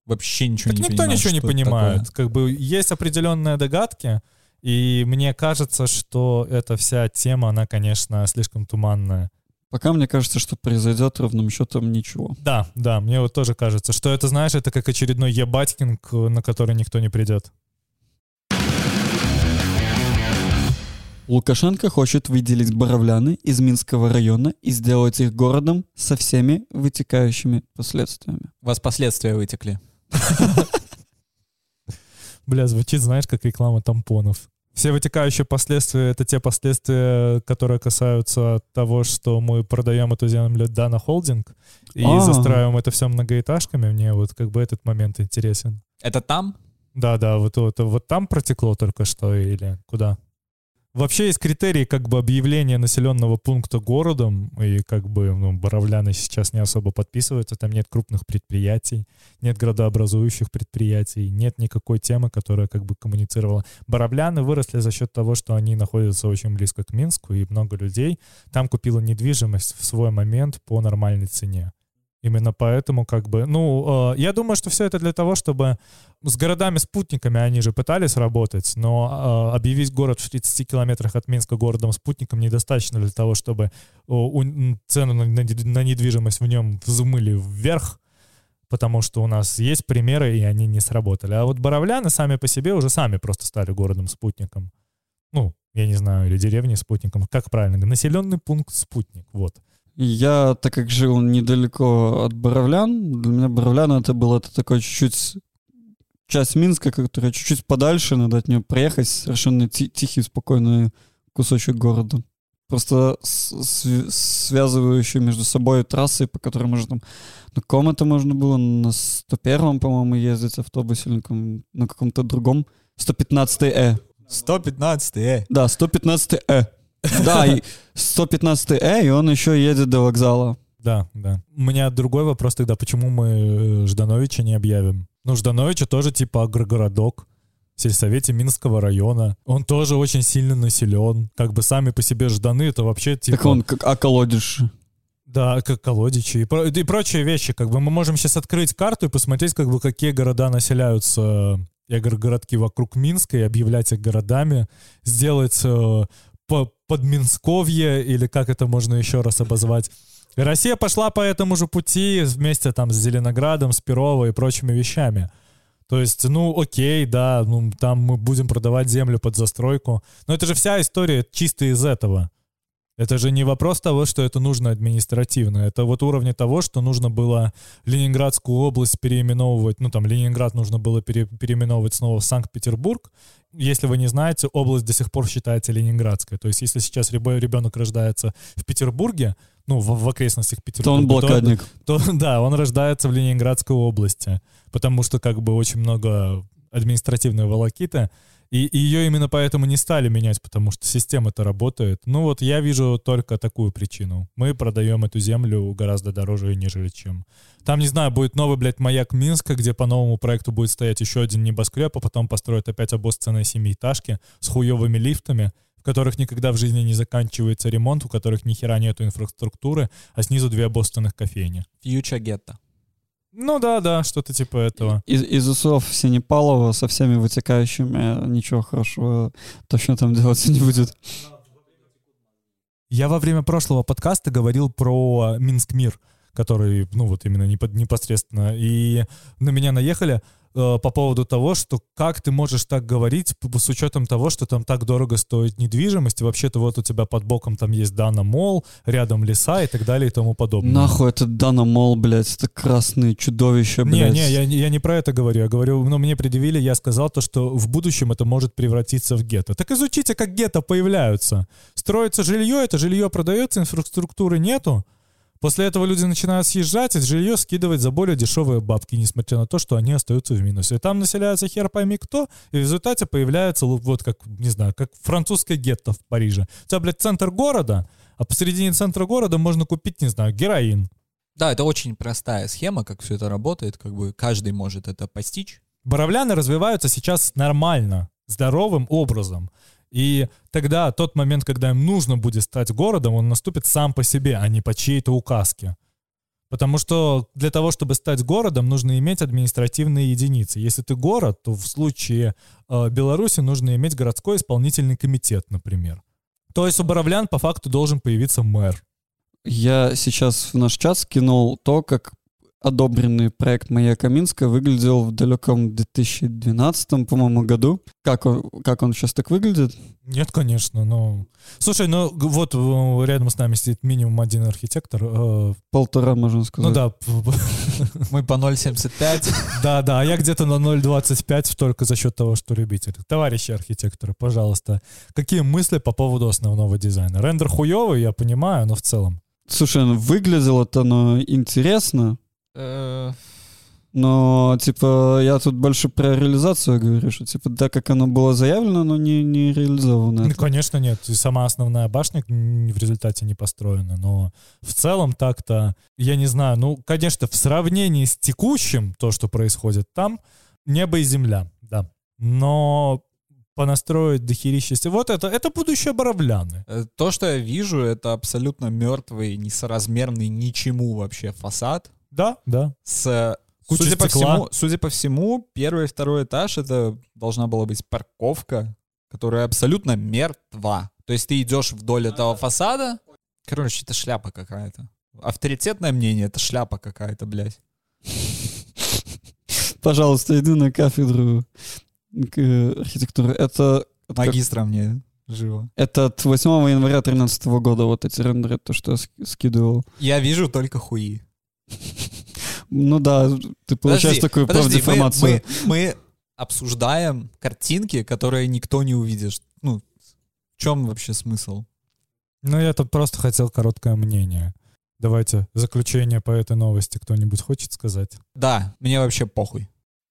вообще ничего так не никто понимает. ничего не что это понимает. такое. Как бы есть определенные догадки, и мне кажется, что эта вся тема, она, конечно, слишком туманная. Пока мне кажется, что произойдет ровным счетом ничего. Да, да, мне вот тоже кажется, что это, знаешь, это как очередной ебатькинг, на который никто не придет. Лукашенко хочет выделить Боровляны из Минского района и сделать их городом со всеми вытекающими последствиями. У вас последствия вытекли. Бля, звучит, знаешь, как реклама тампонов. Все вытекающие последствия — это те последствия, которые касаются того, что мы продаем эту землю Дана Холдинг и А. застраиваем это все многоэтажками. Мне вот как бы этот момент интересен. Это там? Да-да, вот, вот, вот там протекло только что или куда? Вообще есть критерии как бы объявления населенного пункта городом, и как бы ну, Боровляны сейчас не особо подписываются, там нет крупных предприятий, нет градообразующих предприятий, нет никакой темы, которая как бы коммуницировала. Боровляны выросли за счет того, что они находятся очень близко к Минску, и много людей там купило недвижимость в свой момент по нормальной цене. Именно поэтому как бы, ну, э, я думаю, что все это для того, чтобы с городами-спутниками они же пытались работать, но э, объявить город в тридцати километрах от Минска городом-спутником недостаточно для того, чтобы о, у, цену на, на, на недвижимость в нем взмыли вверх, потому что у нас есть примеры, и они не сработали. А вот Боровляны сами по себе уже сами просто стали городом-спутником. Ну, я не знаю, или деревней-спутником, как правильно, населенный пункт-спутник, вот. Я, так как жил недалеко от Боровлян, для меня Боровляна это было это такой чуть-чуть часть Минска, которая чуть-чуть подальше, надо от нее проехать, совершенно ти- тихий, спокойный кусочек города. Просто с- связывающие между собой трассы, по которым можно там... На каком это можно было? На сто первом, по-моему, ездить автобусе или на, каком- на каком-то другом. сто пятнадцатый Э. сто пятнадцатый, э. Да, сто пятнадцатый Э. Да, и сто пятнадцатый Э, и он еще едет до вокзала. Да, да. У меня другой вопрос тогда, почему мы Ждановича не объявим? Ну, Ждановича тоже типа агрогородок в сельсовете Минского района. Он тоже очень сильно населен. Как бы сами по себе Жданы, это вообще типа... Так он как околодишь. Да, как колодичи и, про- и прочие вещи. Как бы мы можем сейчас открыть карту и посмотреть, как бы, какие города населяются, и агрогородки вокруг Минска, и объявлять их городами. Сделать э, по- подминсковье, или как это можно еще раз обозвать. И Россия пошла по этому же пути вместе там с Зеленоградом, с Перово и прочими вещами. То есть, ну, окей, да, ну, там мы будем продавать землю под застройку. Но это же вся история чисто из этого. Это же не вопрос того, что это нужно административно. Это вот уровня того, что нужно было Ленинградскую область переименовывать. Ну, там, Ленинград нужно было пере, переименовывать снова в Санкт-Петербург. Если вы не знаете, область до сих пор считается ленинградской. То есть, если сейчас ребенок рождается в Петербурге, ну, в, в окрестностях Петербурга, То он блокадник. То, то, да, он рождается в Ленинградской области. Потому что, как бы, очень много административной волокиты. И, и ее именно поэтому не стали менять, потому что система-то работает. Ну вот я вижу только такую причину. Мы продаем эту землю гораздо дороже, нежели чем. Там, не знаю, будет новый, блядь, маяк Минска, где по новому проекту будет стоять еще один небоскреб, а потом построят опять обоссанные семиэтажки с хуевыми лифтами, в которых никогда в жизни не заканчивается ремонт, у которых ни хера нету инфраструктуры, а снизу две обоссанных кофейни. Фьючер гетто. Ну да, да, что-то типа этого. Из, из усов Синепалова со всеми вытекающими ничего хорошего точно там делаться не будет. Я во время прошлого подкаста говорил про Минск-Мир, который, ну вот именно непосредственно, и на меня наехали э, по поводу того, что как ты можешь так говорить с учетом того, что там так дорого стоит недвижимость, и вообще-то вот у тебя под боком там есть Дана Молл, рядом леса и так далее и тому подобное. Нахуй это Дана Молл, блядь, это красные чудовища, блядь. Не, не, я, я не про это говорю, я говорю, ну мне предъявили, я сказал то, что в будущем это может превратиться в гетто. Так изучите, как гетто появляются. Строится жилье, это жилье продается, инфраструктуры нету. После этого люди начинают съезжать, и жилье скидывать за более дешевые бабки, несмотря на то, что они остаются в минусе. И там населяется хер пойми кто, и в результате появляется вот как, не знаю, как французское гетто в Париже. У тебя, блядь, центр города, а посередине центра города можно купить, не знаю, героин. Да, это очень простая схема, как все это работает, как бы каждый может это постичь. Боровляны развиваются сейчас нормально, здоровым образом. И тогда тот момент, когда им нужно будет стать городом, он наступит сам по себе, а не по чьей-то указке. Потому что для того, чтобы стать городом, нужно иметь административные единицы. Если ты город, то в случае э, Беларуси нужно иметь городской исполнительный комитет, например. То есть у боровлян по факту должен появиться мэр. Я сейчас в наш чат скинул то, как одобренный проект «Маяка Минска» выглядел в далеком две тысячи двенадцатом, по-моему, году. Как он, как он сейчас так выглядит? Нет, конечно, но... Слушай, ну вот э, рядом с нами сидит минимум один архитектор. Э... Полтора, можно сказать. Ну да. Мы по ноль семьдесят пять. Да, да, а я где-то на ноль двадцать пять только за счет того, что любитель. Товарищи архитекторы, пожалуйста, какие мысли по поводу основного дизайна? Рендер хуёвый, я понимаю, но в целом. Слушай, ну выглядело-то оно интересно. Но, типа, я тут больше про реализацию говорю, что, типа, так как оно было заявлено, оно не, не реализовано. Ну, конечно, нет. И сама основная башня в результате не построена. Но в целом так-то, я не знаю, ну, конечно, в сравнении с текущим, то, что происходит там, небо и земля, да. Но понастроить дохерища... Вот это, это будущее боровляны. То, что я вижу, это абсолютно мертвый, несоразмерный ничему вообще фасад. Да, да. С, судя, по всему, судя по всему, первый и второй этаж — это должна была быть парковка, которая абсолютно мертва. То есть ты идешь вдоль этого фасада. Короче, это шляпа какая-то. Авторитетное мнение — это шляпа какая-то, блядь. Пожалуйста, иди на кафедру архитектуры. Это... Магистра как... мне живо. Это от восьмого января две тысячи тринадцатого года вот эти рендеры, то, что я скидывал. Я вижу только хуи. Ну да, ты получаешь подожди, такую правдеформацию. Мы, мы, мы обсуждаем картинки, которые никто не увидит. Ну, в чем вообще смысл? Ну, я тут просто хотел короткое мнение. Давайте заключение по этой новости кто-нибудь хочет сказать? Да, мне вообще похуй.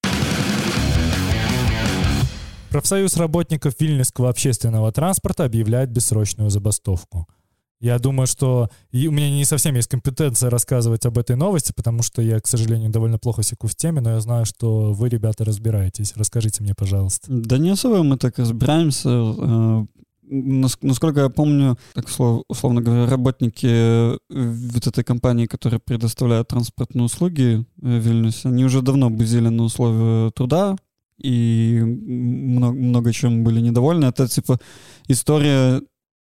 Профсоюз работников Вильнюсского общественного транспорта объявляет бессрочную забастовку. Я думаю, что и у меня не совсем есть компетенция рассказывать об этой новости, потому что я, к сожалению, довольно плохо секу в теме, но я знаю, что вы, ребята, разбираетесь. Расскажите мне, пожалуйста. Да не особо мы так разбираемся. Насколько я помню, так условно говоря, работники вот этой компании, которая предоставляет транспортные услуги в Вильнюсе, они уже давно бузили на условия труда и много, много чем были недовольны. Это типа история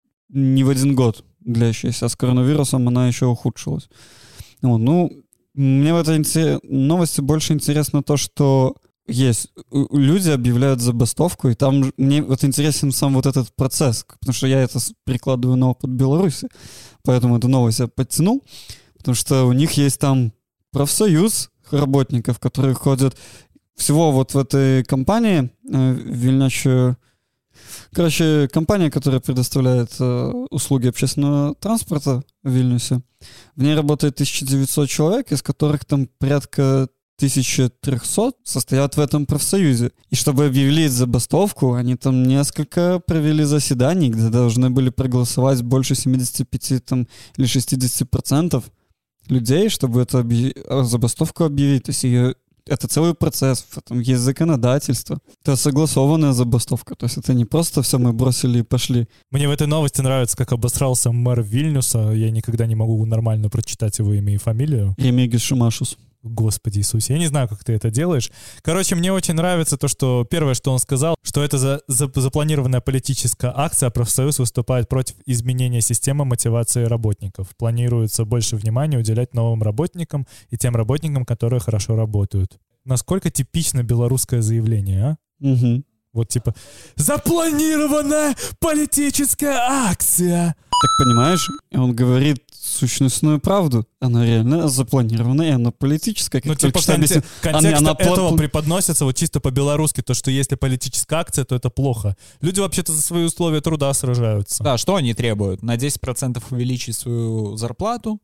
не в один год длящаяся, а с коронавирусом она еще ухудшилась. Вот, ну, мне в этой новости больше интересно то, что есть. Люди объявляют забастовку, и там мне вот интересен сам вот этот процесс, потому что я это прикладываю на опыт Беларуси, поэтому эту новость я подтянул, потому что у них есть там профсоюз работников, которые ходят всего вот в этой компании, Вильняче. Короче, компания, которая предоставляет э, услуги общественного транспорта в Вильнюсе, в ней работает тысяча девятьсот человек, из которых там порядка тысяча триста состоят в этом профсоюзе. И чтобы объявить забастовку, они там несколько провели заседаний, где должны были проголосовать больше семьдесят пять там, или шестьдесят процентов людей, чтобы эту объ... забастовку объявить. То есть ее... Это целый процесс, там есть законодательство. Это согласованная забастовка. То есть это не просто все мы бросили и пошли. Мне в этой новости нравится, как обосрался мэр Вильнюса. Я никогда не могу нормально прочитать его имя и фамилию. Ремигис Шимашус. Господи Иисусе, я не знаю, как ты это делаешь. Короче, мне очень нравится то, что первое, что он сказал, что это за, за, запланированная политическая акция, профсоюз выступает против изменения системы мотивации работников. Планируется больше внимания уделять новым работникам и тем работникам, которые хорошо работают. Насколько типично белорусское заявление, а? Угу. Вот типа «Запланированная политическая акция». Так понимаешь, он говорит сущностную правду. Она реально запланированная, и она политическая. Ну, типа конте- контекст она, она этого пл- преподносится вот чисто по-белорусски, то, что если политическая акция, то это плохо. Люди вообще-то за свои условия труда сражаются. Да, что они требуют? На десять процентов увеличить свою зарплату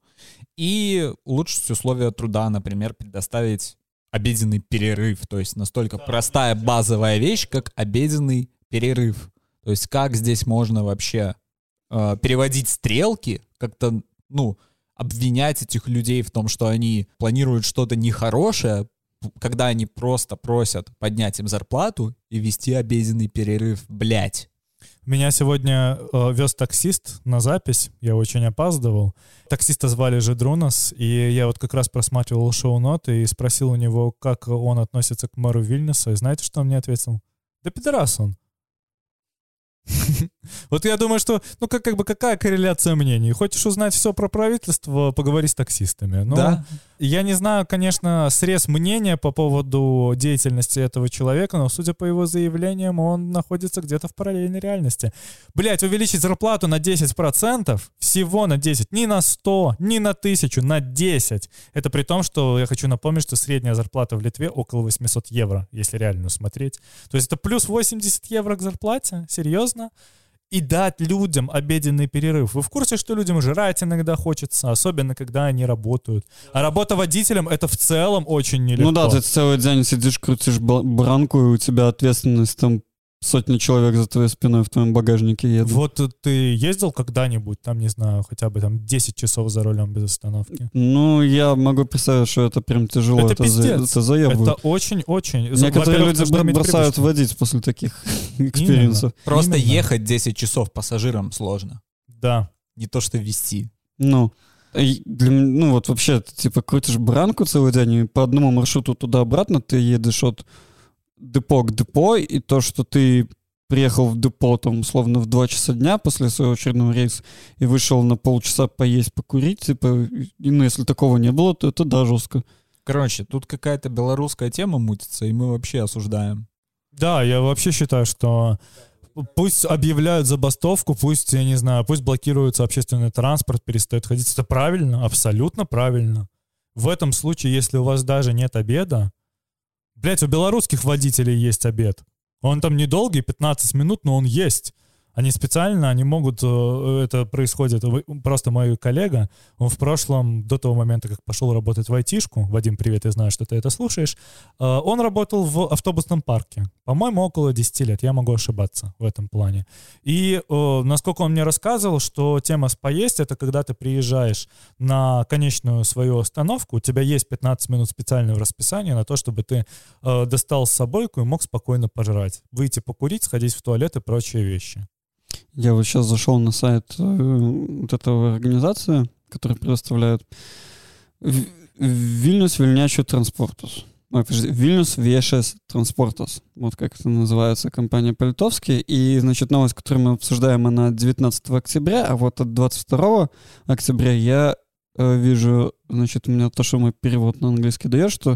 и улучшить условия труда, например, предоставить обеденный перерыв. То есть настолько да, простая базовая вещь, как обеденный перерыв. То есть как здесь можно вообще э, переводить стрелки, как-то, ну, обвинять этих людей в том, что они планируют что-то нехорошее, когда они просто просят поднять им зарплату и вести обеденный перерыв, блять. Меня сегодня э, вез таксист на запись, я очень опаздывал. Таксиста звали Жедрунас, и я вот как раз просматривал шоу-ноты и спросил у него, как он относится к мэру Вильнюса, и знаете, что он мне ответил? Да пидорас он. Вот я думаю, что, ну, как, как бы, какая корреляция мнений? Хочешь узнать все про правительство, поговори с таксистами. Ну, Да. Я не знаю, конечно, срез мнения по поводу деятельности этого человека, но, судя по его заявлениям, он находится где-то в параллельной реальности. Блять, увеличить зарплату на десять процентов, всего на десять, не на сто, не на тысячу, на десять. Это при том, что я хочу напомнить, что средняя зарплата в Литве около восемьсот евро, если реально смотреть. То есть это плюс восемьдесят евро к зарплате? Серьезно? И дать людям обеденный перерыв. Вы в курсе, что людям жрать иногда хочется, особенно когда они работают? А работа водителем — это в целом очень нелегко. Ну да, ты целый день сидишь, крутишь баранку, и у тебя ответственность там сотни человек за твоей спиной в твоем багажнике едут. Вот ты ездил когда-нибудь, там, не знаю, хотя бы там десять часов за рулем без остановки? Ну, я могу представить, что это прям тяжело. Это, это, пиздец. за, это заебывает. Это очень-очень... Некоторые люди бр- бросают водить после таких экспириенсов. Просто Именно. ехать десять часов пассажирам сложно. Да. Не то, что вести. Ну, и для, м- ну вот вообще, ты типа крутишь баранку целый день, и по одному маршруту туда-обратно ты едешь от депо к депо, и то, что ты приехал в депо, там, условно, в два часа дня после своего очередного рейса и вышел на полчаса поесть, покурить, типа, и, ну, если такого не было, то это да, жестко. Короче, тут какая-то белорусская тема мутится, и мы вообще осуждаем. Да, я вообще считаю, что пусть объявляют забастовку, пусть, я не знаю, пусть блокируется общественный транспорт, перестает ходить. Это правильно, абсолютно правильно. В этом случае, если у вас даже нет обеда, блять, у белорусских водителей есть обед. Он там недолгий, пятнадцать минут, но он есть. Они специально, они могут, это происходит, просто мой коллега, он в прошлом, до того момента, как пошел работать в айтишку, Вадим, привет, я знаю, что ты это слушаешь, он работал в автобусном парке, по-моему, около десять лет, я могу ошибаться в этом плане. И насколько он мне рассказывал, что тема с поесть, это когда ты приезжаешь на конечную свою остановку, у тебя есть пятнадцать минут специального расписания на то, чтобы ты достал собойку и мог спокойно пожрать, выйти покурить, сходить в туалет и прочие вещи. Я вот сейчас зашел на сайт э, вот этого организации, которая предоставляет В- Вильнюс Вильнячу Транспортус. Ой, подожди, Вильнюс Вешес Транспортус. Вот как это называется, компания по-литовски. И, значит, новость, которую мы обсуждаем, она от девятнадцатого октября, а вот от двадцать второго октября я э, вижу, значит, у меня то, что мой перевод на английский дает, что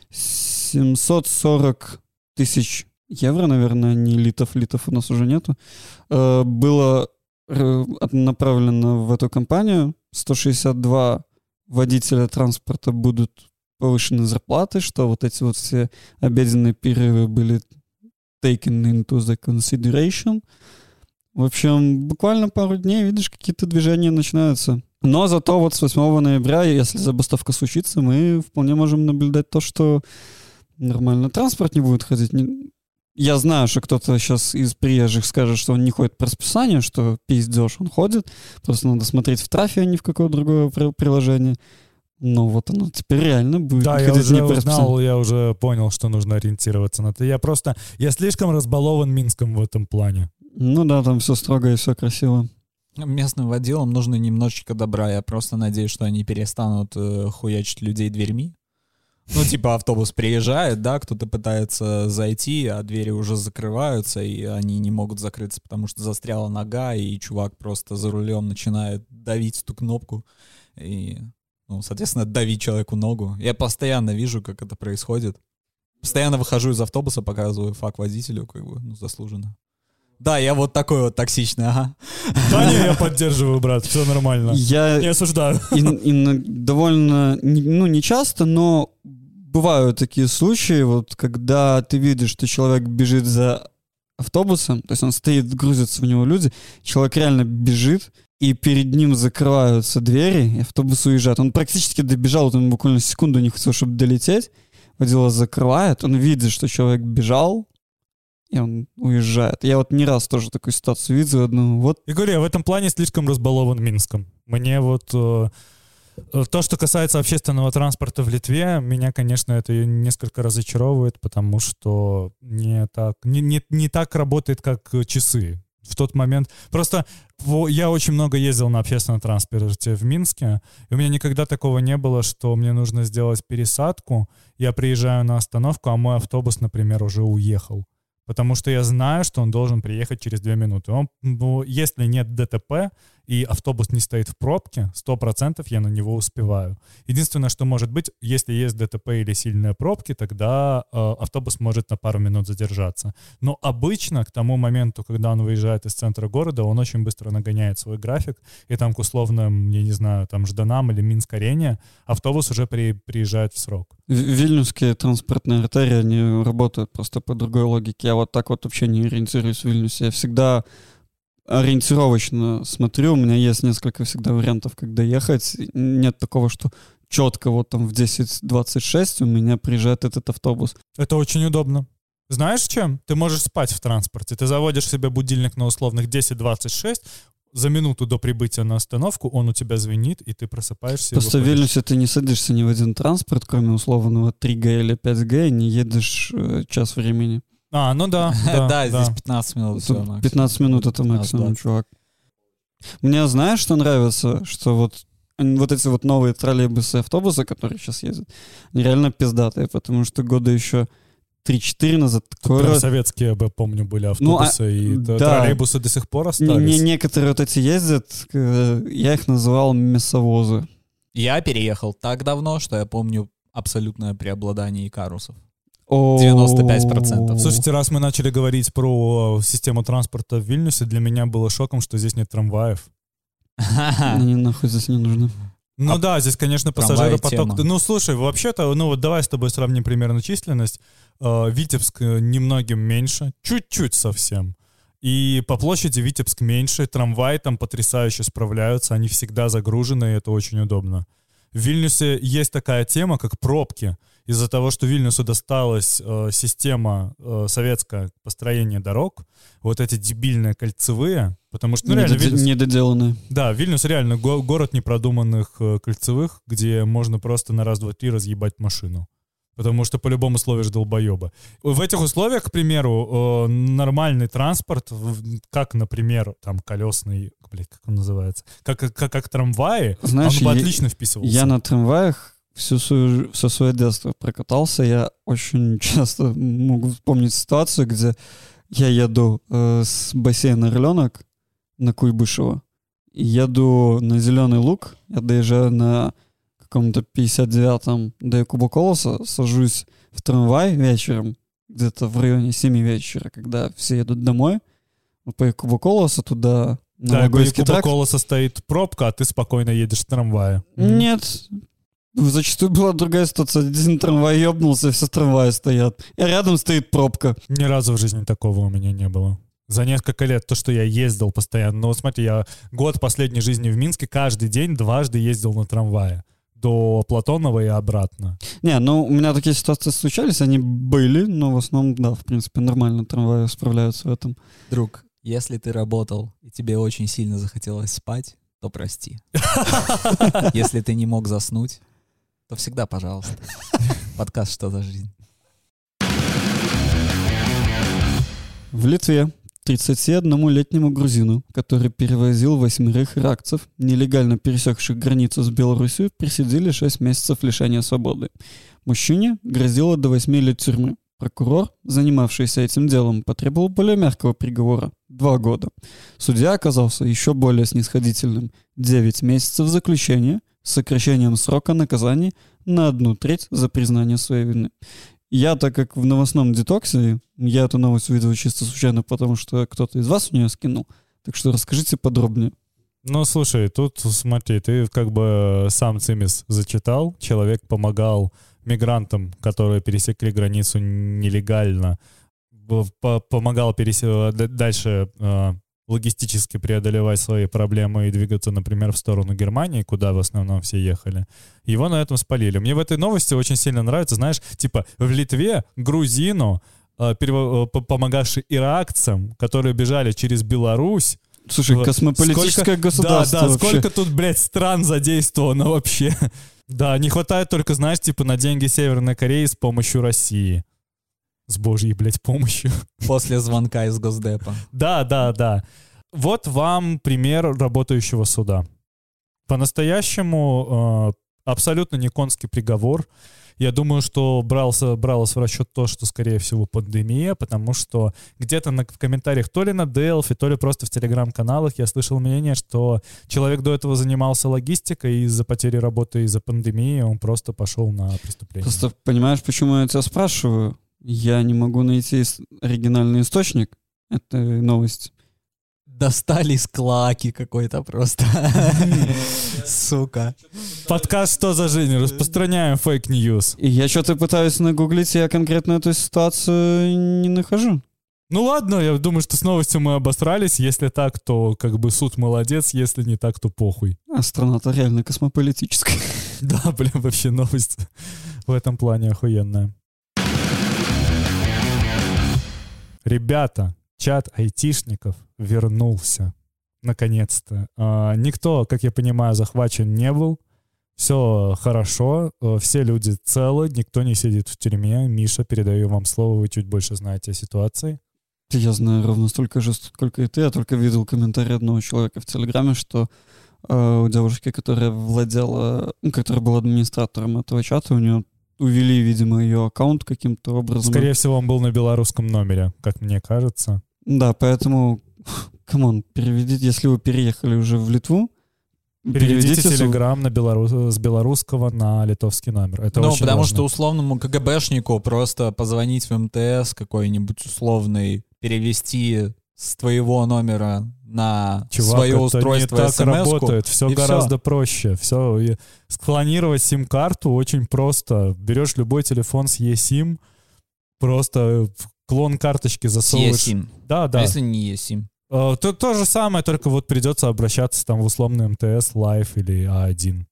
семьсот сорок тысяч евро, наверное, не литов, литов у нас уже нету, э, было э, направлено в эту компанию. сто шестьдесят два водителя транспорта будут повышены зарплаты, что вот эти вот все обеденные перерывы были taken into the consideration. В общем, буквально пару дней, видишь, какие-то движения начинаются. Но зато вот с восьмого ноября, если забастовка случится, мы вполне можем наблюдать то, что нормально транспорт не будет ходить. Я знаю, что кто-то сейчас из приезжих скажет, что он не ходит по расписанию, что пиздеж, он ходит. Просто надо смотреть в трафе, а не в какое другое при- приложение. Но вот оно теперь реально будет Да, я ходить уже не по расписанию. узнал, я уже понял, что нужно ориентироваться на это. Я просто, я слишком разбалован Минском в этом плане. Ну да, там все строго и все красиво. Местным водилам нужно немножечко добра. Я просто надеюсь, что они перестанут э, хуячить людей дверьми. Ну, типа автобус приезжает, да, кто-то пытается зайти, а двери уже закрываются, и они не могут закрыться, потому что застряла нога, и чувак просто за рулем начинает давить эту кнопку, и, ну, соответственно, давить человеку ногу. Я постоянно вижу, как это происходит. Постоянно выхожу из автобуса, показываю фак водителю, как бы, ну, заслуженно. Да, я вот такой вот токсичный, ага. Да не, я поддерживаю, брат, все нормально. Я Не осуждаю. и- и довольно, не- ну, не часто, но бывают такие случаи, вот, когда ты видишь, что человек бежит за автобусом, то есть он стоит, грузятся в него люди, человек реально бежит, и перед ним закрываются двери, и автобус уезжает. Он практически добежал, вот он буквально секунду не хотел, чтобы долететь, водила закрывает, он видит, что человек бежал, и он уезжает. Я вот не раз тоже такую ситуацию видел, одну, вот. И говорю, я в этом плане слишком разбалован Минском. Мне вот э, то, что касается общественного транспорта в Литве, меня, конечно, это несколько разочаровывает, потому что не так, не, не, не так работает, как часы. В тот момент... Просто я очень много ездил на общественном транспорте в Минске, и у меня никогда такого не было, что мне нужно сделать пересадку, я приезжаю на остановку, а мой автобус, например, уже уехал. Потому что я знаю, что он должен приехать через две минуты. Он, ну, если нет ДТП и автобус не стоит в пробке, сто процентов я на него успеваю. Единственное, что может быть, если есть ДТП или сильные пробки, тогда э, автобус может на пару минут задержаться. Но обычно к тому моменту, когда он выезжает из центра города, он очень быстро нагоняет свой график, и там к условным, я не знаю, там Жданам или Минск-арене автобус уже при, приезжает в срок. Вильнюсские транспортные артерии, они работают просто по другой логике. Я вот так вот вообще не ориентируюсь в Вильнюсе. Я всегда ориентировочно смотрю. У меня есть несколько всегда вариантов, когда ехать. Нет такого, что четко вот там в десять двадцать шесть у меня приезжает этот автобус. Это очень удобно. Знаешь чем? Ты можешь спать в транспорте. Ты заводишь себе будильник на условных десять двадцать шесть, за минуту до прибытия на остановку он у тебя звенит, и ты просыпаешься. Просто в Вильнюсе ты не садишься ни в один транспорт, кроме условного три джи или пять джи, не едешь э, час времени. А, ну да. Да, да, здесь пятнадцать минут. пятнадцать минут это максимум, чувак. Мне знаешь, что нравится? Что вот, вот эти вот новые троллейбусы и автобусы, которые сейчас ездят, они реально пиздатые, потому что года еще три-четыре назад такое... Прям советские, я помню, были автобусы, ну, а, и да. троллейбусы до сих пор остались. Не, не, некоторые вот эти ездят, я их называл мясовозы. Я переехал так давно, что я помню абсолютное преобладание икарусов. девяносто пять процентов. Слушайте, раз мы начали говорить про систему транспорта в Вильнюсе, для меня было шоком, что здесь нет трамваев. Они нахуй здесь не нужны. Ну а да, здесь, конечно, пассажиропоток. Ну, слушай, вообще-то, ну вот давай с тобой сравним примерно численность. Витебск немногим меньше, чуть-чуть совсем. И по площади Витебск меньше, трамваи там потрясающе справляются, они всегда загружены, и это очень удобно. В Вильнюсе есть такая тема, как пробки. Из-за того, что Вильнюсу досталась э, система э, советская построения дорог, вот эти дебильные кольцевые, потому что, ну, реально... Недод... Вильнюс... Недоделанные. Да, Вильнюс реально го- город непродуманных э, кольцевых, где можно просто на раз, два, три разъебать машину. Потому что по-любому словишь долбоеба. В этих условиях, к примеру, э, нормальный транспорт, как, например, там колесный, блядь, как он называется, как, как, как трамваи, знаешь, он бы я, отлично вписывался. Я на трамваях всю свою, все свое детство прокатался. Я очень часто могу вспомнить ситуацию, где я еду э, с бассейна Орленок на Куйбышево, и еду на Зеленый Луг, я доезжаю на каком-то пятьдесят девятом до Якуба Колоса, сажусь в трамвай вечером, где-то в районе семи вечера, когда все едут домой, по Якуба Колоса туда, на да, Логойский тракт. Да, по Якуба Колоса стоит пробка, а ты спокойно едешь в трамвае. Нет, зачастую была другая ситуация. Один трамвай ебнулся, все трамваи стоят, и рядом стоит пробка. Ни разу в жизни такого у меня не было. За несколько лет, то, что я ездил постоянно. Ну, вот смотри, я год последней жизни в Минске каждый день дважды ездил на трамвае. До Платонова и обратно. Не, ну, у меня такие ситуации случались, они были, но в основном, да, в принципе, нормально трамваи справляются в этом. Друг, если ты работал, и тебе очень сильно захотелось спать, то прости. Если ты не мог заснуть, то всегда пожалуйста. Подкаст «Что за жизнь?». В Литве тридцатиоднолетнему грузину, который перевозил восьмерых иракцев, нелегально пересекших границу с Беларусью, присудили шесть месяцев лишения свободы. Мужчине грозило до восьми лет тюрьмы. Прокурор, занимавшийся этим делом, потребовал более мягкого приговора – два года. Судья оказался еще более снисходительным – девять месяцев заключения с сокращением срока наказания на одну треть за признание своей вины. Я, так как в новостном детоксе, я эту новость увидел чисто случайно, потому что кто-то из вас у нее скинул. Так что расскажите подробнее. Ну, слушай, тут, смотри, ты как бы сам цимис зачитал. Человек помогал мигрантам, которые пересекли границу нелегально, помогал пересе... дальше э, логистически преодолевать свои проблемы и двигаться, например, в сторону Германии, куда в основном все ехали. Его на этом спалили. Мне в этой новости очень сильно нравится, знаешь, типа в Литве грузину, э, перев... помогавший иракцам, которые бежали через Беларусь. Слушай, вот. Космополитическое сколько... государство. Да, да, вообще. Сколько тут, блядь, стран задействовано вообще. Да, не хватает только, знаешь, типа на деньги Северной Кореи с помощью России. с божьей, блядь, помощью. После звонка из Госдепа. Да, да, да. Вот вам пример работающего суда. По-настоящему э, абсолютно не конский приговор. Я думаю, что брался, бралось в расчет то, что, скорее всего, пандемия, потому что где-то на, в комментариях то ли на Delphi, то ли просто в телеграм-каналах я слышал мнение, что человек до этого занимался логистикой, и из-за потери работы, из-за пандемии он просто пошел на преступление. Просто понимаешь, почему я тебя спрашиваю? Я не могу найти оригинальный источник этой новости. Достали из клаки какой-то просто. Сука. Подкаст «Что за жизнь?» Распространяем фейк-ньюс. И я что-то пытаюсь нагуглить, и я конкретно эту ситуацию не нахожу. Ну ладно, я думаю, что с новостью мы обосрались. Если так, то как бы суд молодец, если не так, то похуй. А страна-то реально космополитическая. Да, блин, вообще новость в этом плане охуенная. Ребята, чат айтишников вернулся. Наконец-то. А, никто, как я понимаю, захвачен не был. Все хорошо, все люди целы, никто не сидит в тюрьме. Миша, передаю вам слово, вы чуть больше знаете о ситуации. Я знаю ровно столько же, сколько и ты. Я только видел комментарий одного человека в Телеграме, что э, у девушки, которая владела, ну, которая была администратором этого чата, у нее увели, видимо, ее аккаунт каким-то образом. Скорее всего, он был на белорусском номере, как мне кажется. Да, поэтому, камон, переведите, если вы переехали уже в Литву, переведите телеграм на белорус... с белорусского на литовский номер. Это ну, очень потому важно. что условному КГБшнику просто позвонить в МТС какой-нибудь условный, перевести с твоего номера на Чувак, свое это устройство не так смс-ку. работает. Все гораздо все. проще. Все. И склонировать сим-карту очень просто. Берешь любой телефон с eSIM, просто клон карточки засовываешь. eSIM. Да, да. А если не eSIM? Uh, то, то же самое, только вот придется обращаться там в условный МТС, Лайф или А один.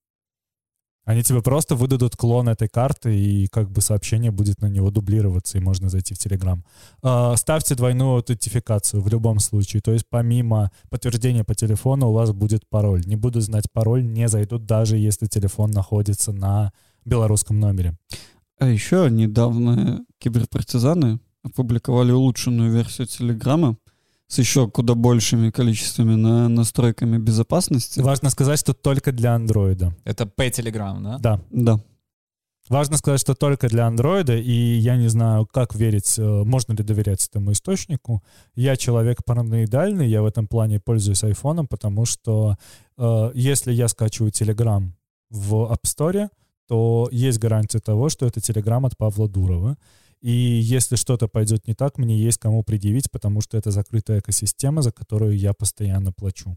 Они тебе просто выдадут клон этой карты, и как бы сообщение будет на него дублироваться, и можно зайти в Телеграм. Uh, ставьте двойную аутентификацию в любом случае. То есть помимо подтверждения по телефону у вас будет пароль. Не буду знать пароль, не зайдут, даже если телефон находится на белорусском номере. А еще недавно киберпартизаны опубликовали улучшенную версию Телеграма с еще куда большими количествами на настройками безопасности. Важно сказать, что только для андроида. Это P-Telegram, да? Да. Да. Важно сказать, что только для андроида, и я не знаю, как верить, можно ли доверять этому источнику. Я человек параноидальный, я в этом плане пользуюсь айфоном, потому что э, если я скачиваю Telegram в App Store, то есть гарантия того, что это Telegram от Павла Дурова. И если что-то пойдет не так, мне есть кому предъявить, потому что это закрытая экосистема, за которую я постоянно плачу.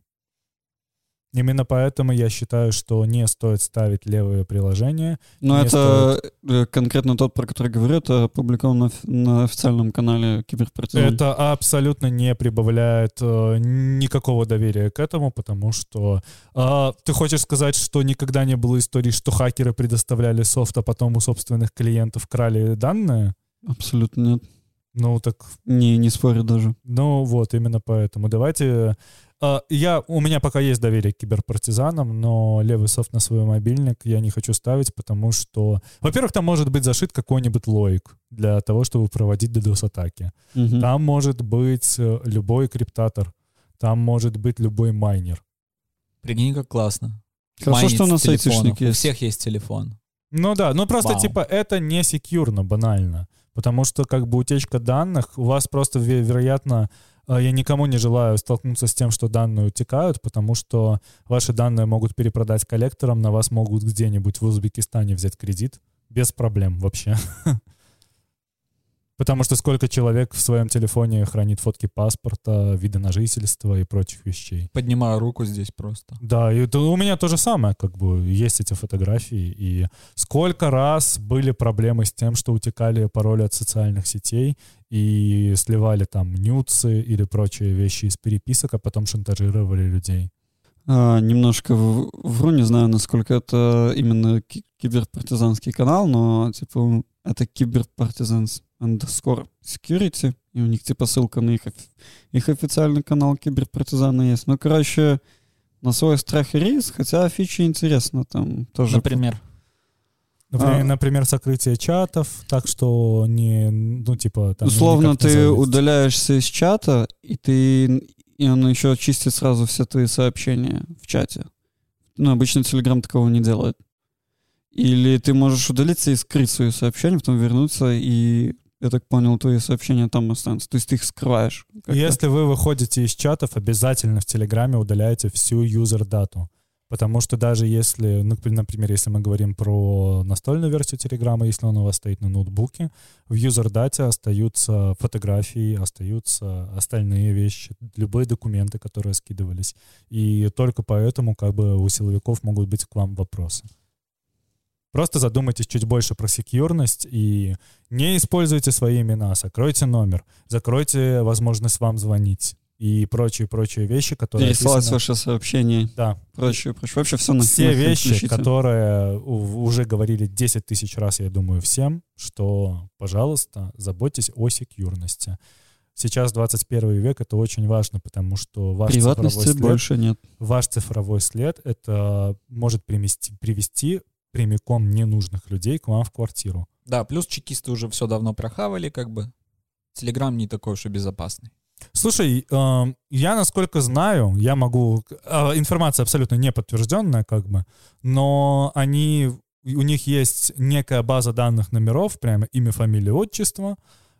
Именно поэтому я считаю, что не стоит ставить левые приложения. Но это стоит... конкретно тот, про который говорю, это опубликован на, на официальном канале Киберпартизан. Это абсолютно не прибавляет э, никакого доверия к этому, потому что э, ты хочешь сказать, что никогда не было истории, что хакеры предоставляли софт, а потом у собственных клиентов крали данные? Абсолютно нет. Ну, так... Не, не спорю даже. Ну, вот, именно поэтому. Давайте... Uh, я, у меня пока есть доверие к киберпартизанам, но левый софт на свой мобильник я не хочу ставить, потому что... Во-первых, там может быть зашит какой-нибудь лоик для того, чтобы проводить ддос-атаки. Угу. Там может быть любой криптатор. Там может быть любой майнер. Прикинь, как классно. Хорошо, Майнить что у нас с телефонов. айтишник есть. У всех есть телефон. Ну да, ну просто Вау. типа это не секьюрно, банально. Потому что как бы утечка данных, у вас просто, вероятно... Я никому не желаю столкнуться с тем, что данные утекают, потому что ваши данные могут перепродать коллекторам, на вас могут где-нибудь в Узбекистане взять кредит. Без проблем вообще. Потому что сколько человек в своем телефоне хранит фотки паспорта, вида на жительство и прочих вещей. Поднимаю руку здесь просто. Да, и это, у меня то же самое, как бы, есть эти фотографии. И сколько раз были проблемы с тем, что утекали пароли от социальных сетей и сливали там нюдсы или прочие вещи из переписок, а потом шантажировали людей. А, немножко вру, не знаю, насколько это именно киберпартизанский канал, но типа это киберпартизанс underscore security, и у них типа ссылка на их, их официальный канал киберпартизана есть. Ну, короче, на свой страх и риск, хотя фичи интересно там тоже. Например? Например, А. например, сокрытие чатов, так что не, ну, типа... Там, Условно, никак не ты залезть. удаляешься из чата, и ты и он еще чистит сразу все твои сообщения в чате. Ну, обычно Telegram такого не делает. Или ты можешь удалиться и скрыть свои сообщения, потом вернуться, и, я так понял, твои сообщения там останутся. То есть ты их скрываешь. как-то. Если вы выходите из чатов, обязательно в Телеграме удаляйте всю юзер-дату. Потому что даже если, ну, например, если мы говорим про настольную версию Телеграма, если он у вас стоит на ноутбуке, в юзер-дате остаются фотографии, остаются остальные вещи, любые документы, которые скидывались. И только поэтому как бы у силовиков могут быть к вам вопросы. Просто задумайтесь чуть больше про секьюрность и не используйте свои имена, сокройте номер, закройте возможность вам звонить и прочие-прочие вещи, которые... Пересылать описаны- ваши сообщения, Да. прочее, прочее. Вообще все на Все нахрен вещи, включите. которые у- уже говорили десять тысяч раз, я думаю, всем, что, пожалуйста, заботьтесь о секьюрности. Сейчас двадцать первый век, это очень важно, потому что ваш цифровой Приватности след, больше нет. ваш цифровой след, это может привести, привести прямиком ненужных людей к вам в квартиру. Да, плюс чекисты уже все давно прохавали, как бы. Телеграм не такой уж и безопасный. Слушай, эм, я, насколько знаю, я могу... э, информация абсолютно не подтвержденная, как бы, но они... У них есть некая база данных номеров, прямо имя, фамилия, отчество,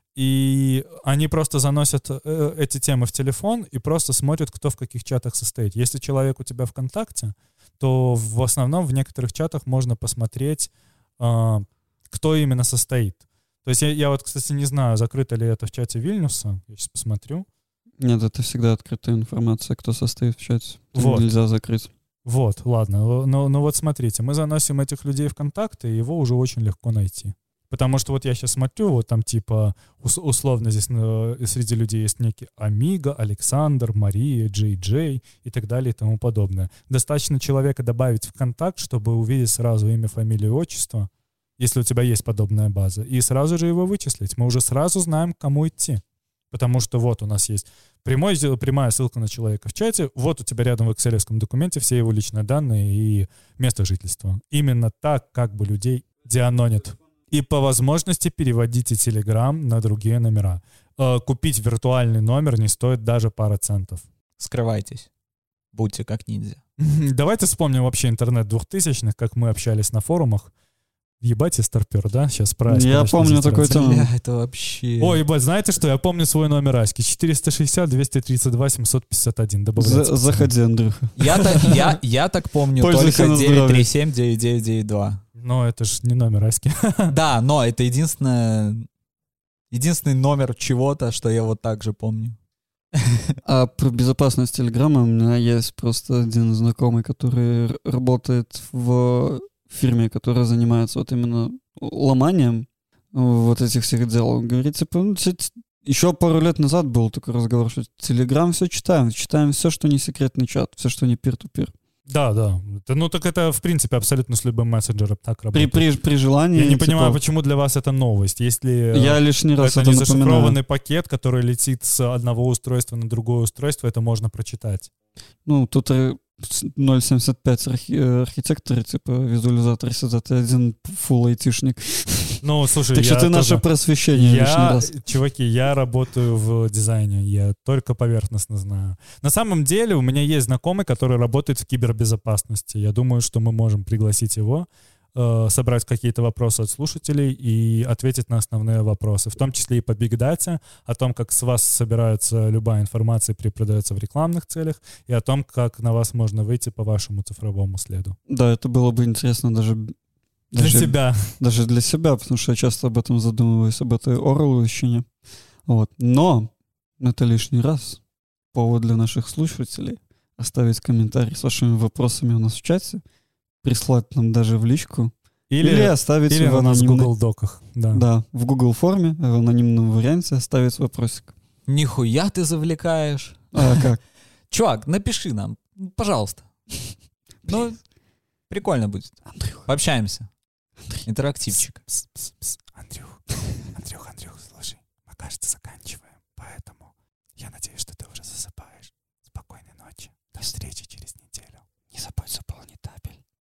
и они просто заносят э, эти темы в телефон и просто смотрят, кто в каких чатах состоит. Если человек у тебя ВКонтакте, то в основном в некоторых чатах можно посмотреть, э, кто именно состоит. То есть я, я вот, кстати, не знаю, закрыто ли это в чате Вильнюса. Я сейчас посмотрю. Нет, это всегда открытая информация, кто состоит в чате. Это Вот. нельзя закрыть. Вот, ладно. Ну, ну вот смотрите, мы заносим этих людей в контакты, и его уже очень легко найти. Потому что вот я сейчас смотрю, вот там типа ус- условно здесь э, среди людей есть некий Амиго, Александр, Мария, Джей Джей и так далее и тому подобное. Достаточно человека добавить в контакт, чтобы увидеть сразу имя, фамилию, отчество, если у тебя есть подобная база, и сразу же его вычислить. Мы уже сразу знаем, к кому идти. Потому что вот у нас есть прямой, прямая ссылка на человека в чате, вот у тебя рядом в экселевском документе все его личные данные и место жительства. Именно так как бы людей деанонят. И по возможности переводите Telegram на другие номера. Э, Купить виртуальный номер не стоит даже пары центов. Скрывайтесь. Будьте как ниндзя. Давайте вспомним вообще интернет двухтысячных, как мы общались на форумах. Ебать, я старпер, да? Сейчас про Аську Я начну помню затираться. такой тему. Бля, это вообще... Ой, ебать, знаете что? Я помню свой номер Аськи. четыреста шестьдесят двести тридцать два семьсот пятьдесят один. Добавляйте. За- пацаны. Заходи, Андрюха. Я, так, я, я так помню Пользуйся только на девять здоровье. три семь девять девять девять два. Но это ж не номер Аськи. Да, но это единственное, единственный номер чего-то, что я вот так же помню. А про безопасность Телеграма у меня есть просто один знакомый, который р- работает в фирме, которая занимается вот именно ломанием вот этих всех дел. Он говорит, типа, ну, т- т- еще пару лет назад был такой разговор, что Телеграм все читаем, читаем все, что не секретный чат, все, что не пир-ту-пир. Да, да. Это, ну так это, в принципе, абсолютно с любым мессенджером так При, работает. при, при желании... Я не типа, понимаю, почему для вас это новость. Если Я лишний раз это это не напоминаю. зашифрованный пакет, который летит с одного устройства на другое устройство, это можно прочитать. Ну, тут э, с- ноль семьдесят пять архи- э, архитекторы, типа, визуализатор сидят, и один фулл айтишник. Ну, слушай, Так я что ты тоже- наше просвещение лишний Я, раз. чуваки, я работаю в дизайне, я только поверхностно знаю. На самом деле у меня есть знакомый, который работает в кибербезопасности. Я думаю, что мы можем пригласить его, э, собрать какие-то вопросы от слушателей и ответить на основные вопросы, в том числе и по Big Data, о том, как с вас собирается любая информация и перепродается в рекламных целях, и о том, как на вас можно выйти по вашему цифровому следу. Да, это было бы интересно даже... Для даже- себя. Даже для себя, потому что я часто об этом задумываюсь, об этой Орловщине. Вот. Но это лишний раз повод для наших слушателей оставить комментарий с вашими вопросами у нас в чате, прислать нам даже в личку или, Или, оставить или в на нас в анонимной- Google Доках. Да. Да, в Google форме, в анонимном варианте оставить вопросик. Нихуя ты завлекаешь. А как? Чувак, напиши нам, пожалуйста. Ну, прикольно будет. Пообщаемся. Интерактивчик. Пс, пс, пс. Андрюх, Андрюх, Андрюх, слушай, мы, кажется, заканчиваем, поэтому я надеюсь, что ты уже засыпаешь. Спокойной ночи. До встречи через неделю. Не забудь заполнить табель.